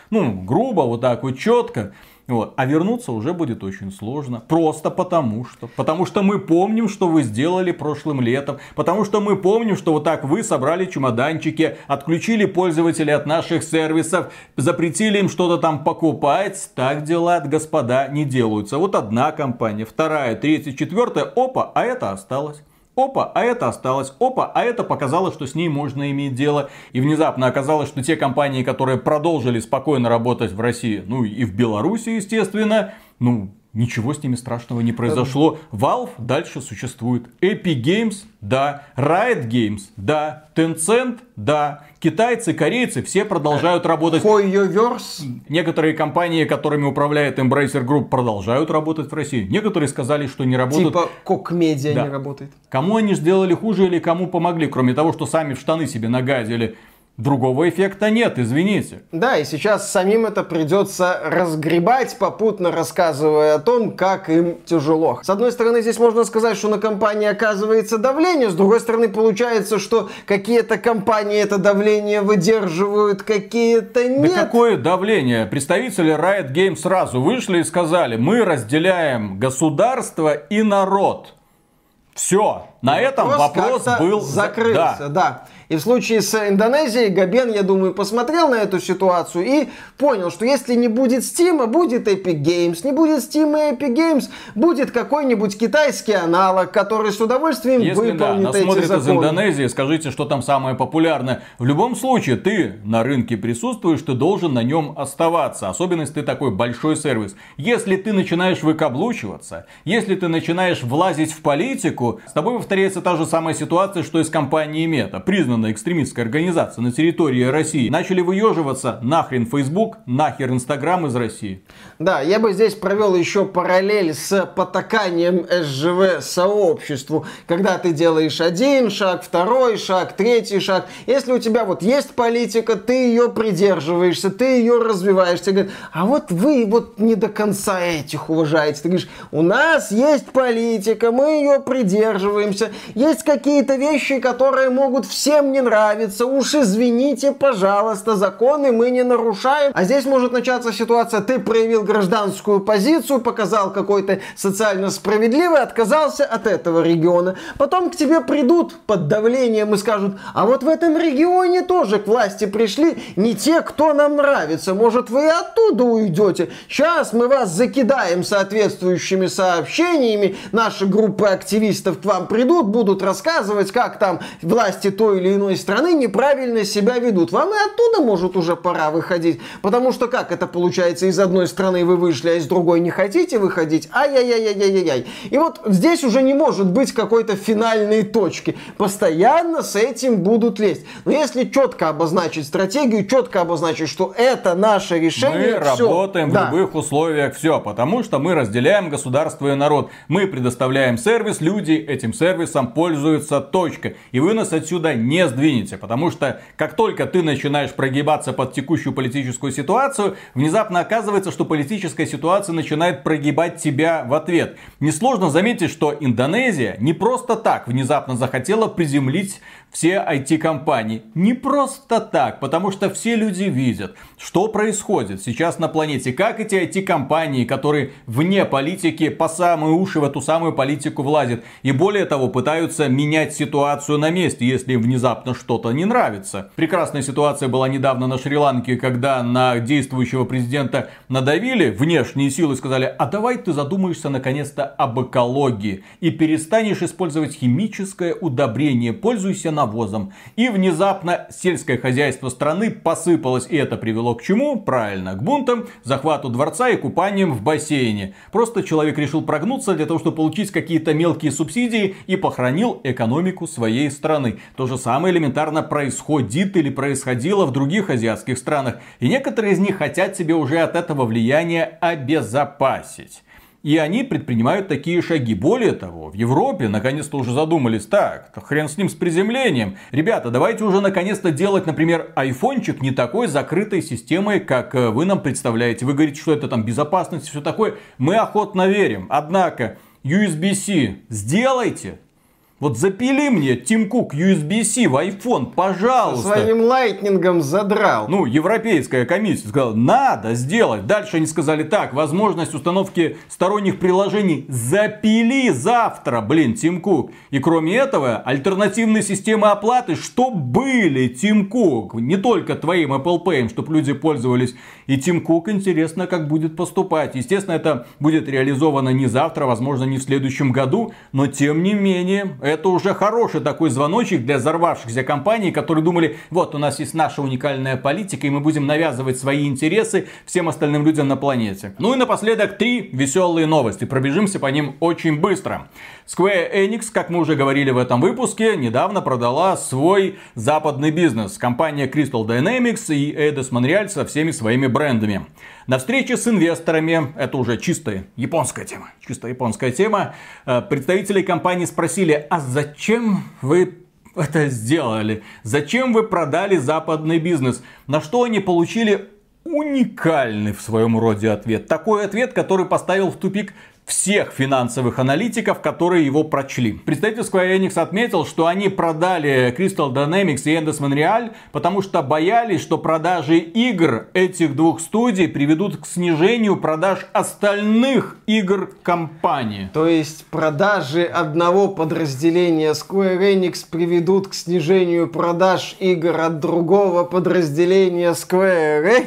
[SPEAKER 2] грубо, вот так вот четко. Вот. А вернуться уже будет очень сложно. Просто потому что мы помним, что вы сделали прошлым летом. Потому что мы помним, что вот так вы собрали чемоданчики, отключили пользователей от наших сервисов, запретили им что-то там покупать. Так дела, господа, не делаются. Вот одна компания, вторая, третья, четвертая. Опа, а это осталось. Опа, а это осталось. Опа, а это показало, что с ней можно иметь дело. И внезапно оказалось, что те компании, которые продолжили спокойно работать в России, и в Беларуси, естественно, ничего с ними страшного не произошло. Valve дальше существует. Epic Games, да. Riot Games, да. Tencent, да. Китайцы, корейцы, все продолжают работать.
[SPEAKER 1] Hoyoverse.
[SPEAKER 2] Некоторые компании, которыми управляет Embracer Group, продолжают работать в России. Некоторые сказали, что не работают.
[SPEAKER 1] Типа Koch Media не работает.
[SPEAKER 2] Кому они сделали хуже или кому помогли, кроме того, что сами в штаны себе нагадили. Другого эффекта нет, извините.
[SPEAKER 1] Да, и сейчас самим это придется разгребать, попутно рассказывая о том, как им тяжело. С одной стороны, здесь можно сказать, что на компании оказывается давление, с другой стороны, получается, что какие-то компании это давление выдерживают, какие-то нет.
[SPEAKER 2] Да какое давление? Представители Riot Games сразу вышли и сказали: мы разделяем государство и народ. Все, на этом вопрос был
[SPEAKER 1] закрылся, да. И в случае с Индонезией Габен, я думаю, посмотрел на эту ситуацию и понял, что если не будет Steam, будет Epic Games, не будет Steam и Epic Games, будет какой-нибудь китайский аналог, который с удовольствием выполнит эти
[SPEAKER 2] смотрят
[SPEAKER 1] законы.
[SPEAKER 2] Из Индонезии, скажите, что там самое популярное. В любом случае, ты на рынке присутствуешь, ты должен на нем оставаться. Особенно, если ты такой большой сервис. Если ты начинаешь выкаблучиваться, если ты начинаешь влазить в политику, с тобой повторяется та же самая ситуация, что и с компанией Meta. Признанная экстремистская организация на территории России. Начали выеживаться: нахрен Facebook, нахер Instagram из России.
[SPEAKER 1] Да, я бы здесь провел еще параллель с потаканием СЖВ сообществу. Когда ты делаешь один шаг, второй шаг, третий шаг. Если у тебя вот есть политика, ты ее придерживаешься, ты ее развиваешь. Тебе говорят: а вот вы вот не до конца этих уважаете. Ты говоришь: у нас есть политика, мы ее придерживаемся. Есть какие-то вещи, которые могут всем не нравиться. Уж извините, пожалуйста, законы мы не нарушаем. А здесь может начаться ситуация: ты проявил гражданскую позицию, показал какой-то социально справедливый, отказался от этого региона. Потом к тебе придут под давлением и скажут: а вот в этом регионе тоже к власти пришли не те, кто нам нравится. Может, вы оттуда уйдете? Сейчас мы вас закидаем соответствующими сообщениями. Наши группы активистов к вам придут, будут рассказывать, как там власти той или иной страны неправильно себя ведут. Вам и оттуда, может, уже пора выходить. Потому что как это получается? Из одной страны вы вышли, а из другой не хотите выходить? Ай-яй-яй-яй-яй-яй. И вот здесь уже не может быть какой-то финальной точки. Постоянно с этим будут лезть. Но если четко обозначить стратегию, четко обозначить, что это наше решение,
[SPEAKER 2] мы работаем в любых условиях, все. Потому что мы разделяем государство и народ. Мы предоставляем сервис, люди этим сервисом пользуются, точка. И вы нас отсюда не сдвинете. Потому что как только ты начинаешь прогибаться под текущую политическую ситуацию, внезапно оказывается, что политическая ситуация начинает прогибать тебя в ответ. Несложно заметить, что Индонезия не просто так внезапно захотела приземлить все IT-компании. Не просто так, потому что все люди видят, что происходит сейчас на планете. Как эти IT-компании, которые вне политики, по самые уши в эту самую политику влазят. И более того, пытаются менять ситуацию на месте, если им внезапно что-то не нравится. Прекрасная ситуация была недавно на Шри-Ланке, когда на действующего президента надавили внешние силы и сказали: а давай ты задумаешься наконец-то об экологии и перестанешь использовать химическое удобрение, пользуйся навозом. И внезапно сельское хозяйство страны посыпалось. И это привело к чему? Правильно, к бунтам, захвату дворца и купаниям в бассейне. Просто человек решил прогнуться для того, чтобы получить какие-то мелкие субсидии, и похоронил экономику своей страны. То же самое элементарно происходит или происходило в других азиатских странах. И некоторые из них хотят себе уже от этого влияния обезопасить. И они предпринимают такие шаги. Более того, в Европе наконец-то уже задумались: так, хрен с ним, с приземлением. Ребята, давайте уже наконец-то делать, например, айфончик не такой закрытой системой, как вы нам представляете. Вы говорите, что это там безопасность и все такое. Мы охотно верим. Однако, USB-C сделайте. Вот запили мне Тим Кук USB-C в iPhone, пожалуйста.
[SPEAKER 1] Со своим лайтнингом задрал.
[SPEAKER 2] Ну, Европейская комиссия сказала, надо сделать. Дальше они сказали, так, возможность установки сторонних приложений запили завтра, блин, Тим Кук. И кроме этого, альтернативные системы оплаты, что были, Тим Кук. Не только твоим Apple Pay, чтобы люди пользовались. И Тим Кук, интересно, как будет поступать. Естественно, это будет реализовано не завтра, возможно, не в следующем году, но тем не менее, это уже хороший такой звоночек для взорвавшихся компаний, которые думали, вот у нас есть наша уникальная политика, и мы будем навязывать свои интересы всем остальным людям на планете. Ну и напоследок 3 веселые новости. Пробежимся по ним очень быстро. Square Enix, как мы уже говорили в этом выпуске, недавно продала свой западный бизнес. Компания Crystal Dynamics и Eidos Montreal со всеми своими брендами. На встрече с инвесторами, это уже чистая японская тема, представители компании спросили, а зачем вы это сделали? Зачем вы продали западный бизнес? На что они получили уникальный в своем роде ответ. Такой ответ, который поставил в тупик всех финансовых аналитиков, которые его прочли. Представитель Square Enix отметил, что они продали Crystal Dynamics и Eidos Montreal, потому что боялись, что продажи игр этих двух студий приведут к снижению продаж остальных игр компании.
[SPEAKER 1] То есть продажи одного подразделения Square Enix приведут к снижению продаж игр от другого подразделения Square Enix?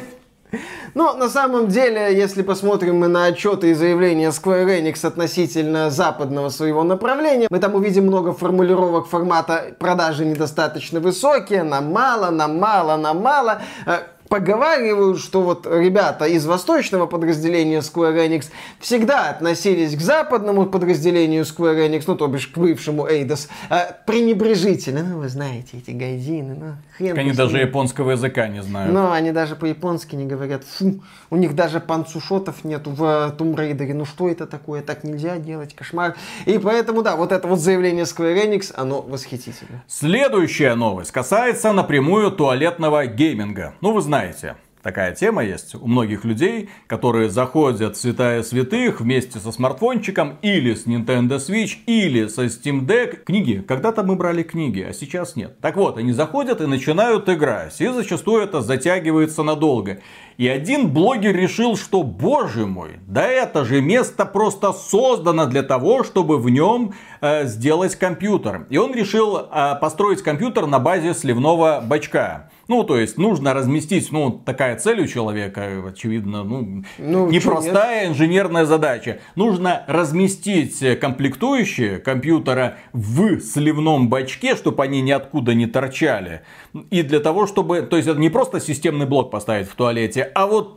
[SPEAKER 1] Но на самом деле, если посмотрим мы на отчеты и заявления Square Enix относительно западного своего направления, мы там увидим много формулировок формата «продажи недостаточно высокие», «нам мало», «нам мало», «нам мало». Поговаривают, что вот ребята из восточного подразделения Square Enix всегда относились к западному подразделению Square Enix, ну то бишь к бывшему Eidos, пренебрежительно. Ну вы знаете, эти гайдины, ну хрен.
[SPEAKER 2] Они даже японского языка не знают.
[SPEAKER 1] Ну, они даже по-японски не говорят. Фу, у них даже панцушотов нету в Tomb Raider. Ну что это такое? Так нельзя делать, кошмар. И поэтому, да, вот это вот заявление Square Enix, оно восхитительно.
[SPEAKER 2] Следующая новость касается напрямую туалетного гейминга. Ну, вы знаете, такая тема есть у многих людей, которые заходят в святая святых вместе со смартфончиком или с Nintendo Switch, или со Steam Deck. Книги. Когда-то мы брали книги, а сейчас нет. Так вот, они заходят и начинают играть. И зачастую это затягивается надолго. И один блогер решил, что, боже мой, да это же место просто создано для того, чтобы в нем сделать компьютер. И он решил построить компьютер на базе сливного бачка. Ну, то есть, нужно разместить, ну, такая цель у человека, очевидно, непростая инженерная задача. Нужно разместить комплектующие компьютера в сливном бачке, чтобы они ниоткуда не торчали. И для того, чтобы, то есть, это не просто системный блок поставить в туалете, а вот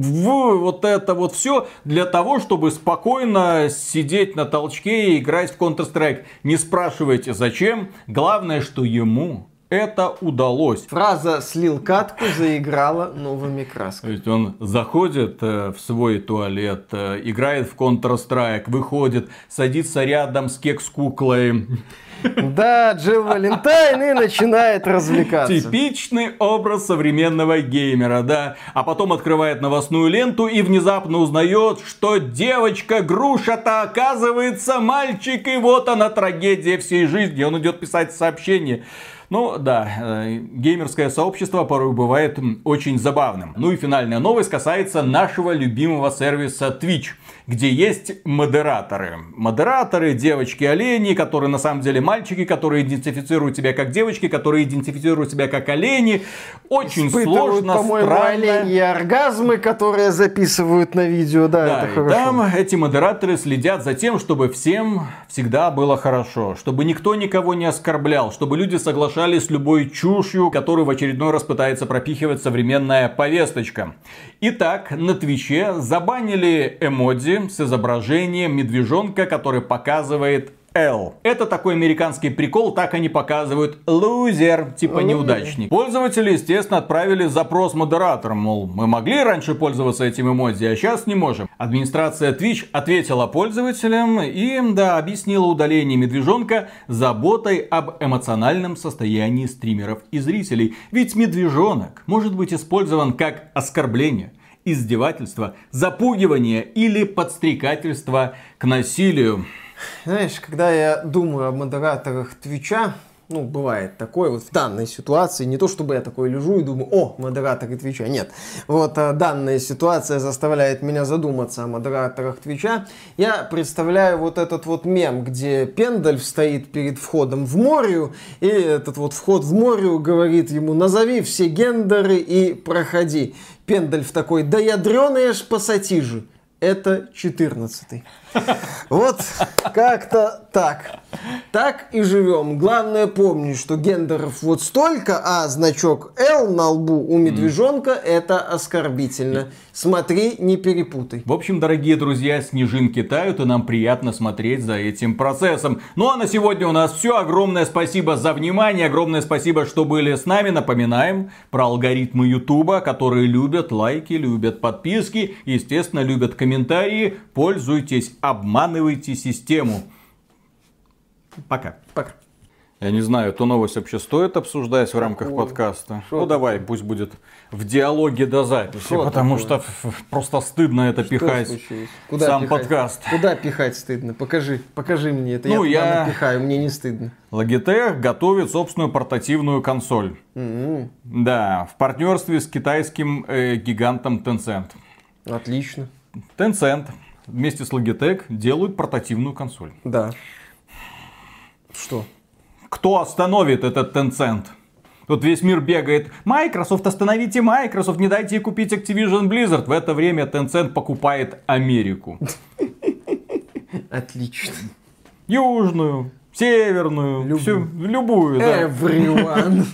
[SPEAKER 2] вот это вот все для того, чтобы спокойно сидеть на толчке и играть в Counter-Strike. Не спрашивайте зачем, главное, что ему это удалось.
[SPEAKER 1] Фраза «слил катку» заиграла новыми красками.
[SPEAKER 2] То есть он заходит в свой туалет, играет в Counter-Strike, выходит, садится рядом с кекс-куклой.
[SPEAKER 1] Да, Джилл Валентайн и начинает развлекаться.
[SPEAKER 2] Типичный образ современного геймера, да. А потом открывает новостную ленту и внезапно узнает, что девочка-груша-то оказывается мальчик, и вот она трагедия всей жизни. Он идет писать сообщение. Ну да, геймерское сообщество порой бывает очень забавным. Ну и финальная новость касается нашего любимого сервиса Twitch, где есть модераторы. Модераторы, девочки-олени, которые на самом деле мальчики, которые идентифицируют себя как девочки, которые идентифицируют себя как олени. Очень сложно,
[SPEAKER 1] по-моему,
[SPEAKER 2] странно.
[SPEAKER 1] оленьи оргазмы, которые записывают на видео, да, это хорошо.
[SPEAKER 2] Там эти модераторы следят за тем, чтобы всем всегда было хорошо, чтобы никто никого не оскорблял, чтобы люди соглашались с любой чушью, которую в очередной раз пытается пропихивать современная повесточка. Итак, на Твиче забанили эмодзи с изображением медвежонка, который показывает L. Это такой американский прикол, так они показывают лузер, типа неудачник. Пользователи, естественно, отправили запрос модераторам, мол, мы могли раньше пользоваться этим эмодзи, а сейчас не можем. Администрация Twitch ответила пользователям и, да, объяснила удаление медвежонка заботой об эмоциональном состоянии стримеров и зрителей. Ведь медвежонок может быть использован как оскорбление, издевательство, запугивание или подстрекательство к насилию.
[SPEAKER 1] Знаешь, когда я думаю о модераторах Твича, ну, бывает такое, вот в данной ситуации, не то чтобы я такой лежу и думаю, о, модераторы Твича, нет. Вот данная ситуация заставляет меня задуматься о модераторах Твича. Я представляю вот этот вот мем, где Пендальф стоит перед входом в Морию, и этот вот вход в Морию говорит ему, назови все гендеры и проходи. Пендальф такой, да ядреные ж пассатижи. Это 14-й. Вот как-то так. Так и живем. Главное помнить, что гендеров вот столько, а значок L на лбу у медвежонка это оскорбительно. Смотри, не перепутай.
[SPEAKER 2] В общем, дорогие друзья, снежинки тают, и нам приятно смотреть за этим процессом. Ну а на сегодня у нас все. Огромное спасибо за внимание, огромное спасибо, что были с нами. Напоминаем про алгоритмы Ютуба, которые любят лайки, любят подписки, естественно, любят комментарии. Пользуйтесь, обманывайте систему. Пока.
[SPEAKER 1] Пока.
[SPEAKER 2] Я не знаю, эту новость вообще стоит обсуждать в рамках подкаста. Ну давай, пусть будет в диалоге до записи, потому что просто стыдно это пихать в сам подкаст.
[SPEAKER 1] Куда пихать стыдно? Покажи мне это. Ну, я напихаю, мне не стыдно.
[SPEAKER 2] Logitech готовит собственную портативную консоль. Да, в партнерстве с китайским гигантом Tencent.
[SPEAKER 1] Отлично.
[SPEAKER 2] Tencent вместе с Logitech делают портативную консоль.
[SPEAKER 1] Да. Что?
[SPEAKER 2] Кто остановит этот Tencent? Тут весь мир бегает. Microsoft, остановите Microsoft, не дайте ей купить Activision Blizzard. В это время Tencent покупает Америку.
[SPEAKER 1] Отлично.
[SPEAKER 2] Южную, северную, всю, любую.
[SPEAKER 1] Everyone.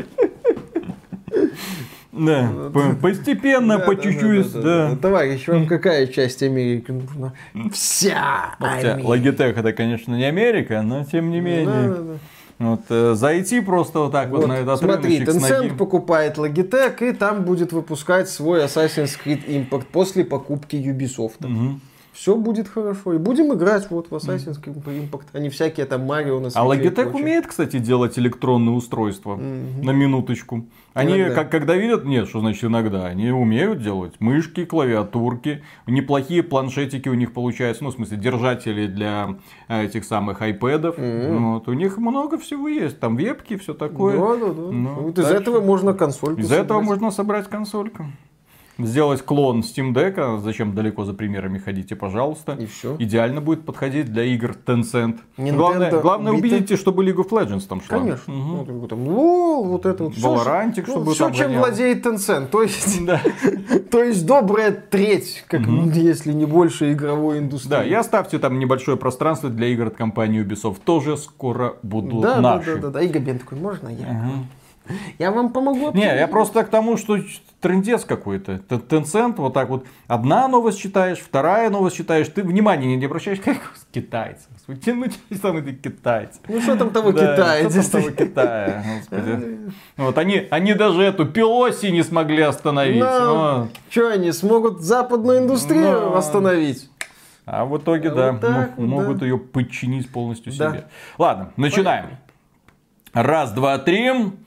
[SPEAKER 2] Да, постепенно, по чуть-чуть.
[SPEAKER 1] Товарищ, вам какая часть Америки нужна? Вся Америка.
[SPEAKER 2] Logitech это, конечно, не Америка, но тем не менее. Вот, зайти просто вот так вот на этот
[SPEAKER 1] смотри,
[SPEAKER 2] рыночек с ноги.
[SPEAKER 1] Tencent покупает Logitech и там будет выпускать свой Assassin's Creed Impact после покупки Ubisoft. Все будет хорошо. И будем играть вот в Assassin's Creed Impact, а не всякие там Марио на
[SPEAKER 2] свете. А Logitech умеет, кстати, делать электронные устройства. На минуточку. Они, когда видят, нет, что значит иногда, они умеют делать мышки, клавиатурки, неплохие планшетики у них получаются, ну, в смысле, держатели для этих самых айпэдов. Вот, у них много всего есть, там вебки, все такое.
[SPEAKER 1] Да. Вот из этого можно консольку
[SPEAKER 2] собрать. Из этого можно собрать консольку. Сделать клон Steam Deck, зачем далеко за примерами ходите, пожалуйста.
[SPEAKER 1] И все.
[SPEAKER 2] Идеально будет подходить для игр Tencent. Главное убедитесь, чтобы League of Legends там шла.
[SPEAKER 1] Конечно. Вот это вот.
[SPEAKER 2] Valorantик, чтобы
[SPEAKER 1] все,
[SPEAKER 2] там
[SPEAKER 1] чем владеет Tencent. То есть добрая треть, если не больше, игровой индустрии.
[SPEAKER 2] Да, и оставьте там небольшое пространство для игр от компании Ubisoft. Тоже скоро будут наши.
[SPEAKER 1] Да. И Габен такой, можно я? Я вам помогу.
[SPEAKER 2] Не, я просто к тому, что трындец какой-то. Tencent, вот так вот. Одна новость читаешь, вторая новость читаешь. Ты внимания не обращаешь, как китайцы. Ну, что там эти китайцы?
[SPEAKER 1] Ну, что там того Китая?
[SPEAKER 2] Что там того Китая, господи. Вот они даже эту Пелоси не смогли остановить.
[SPEAKER 1] Что они смогут западную индустрию остановить?
[SPEAKER 2] А в итоге, могут ее подчинить полностью себе. Ладно, начинаем. Раз, два, три.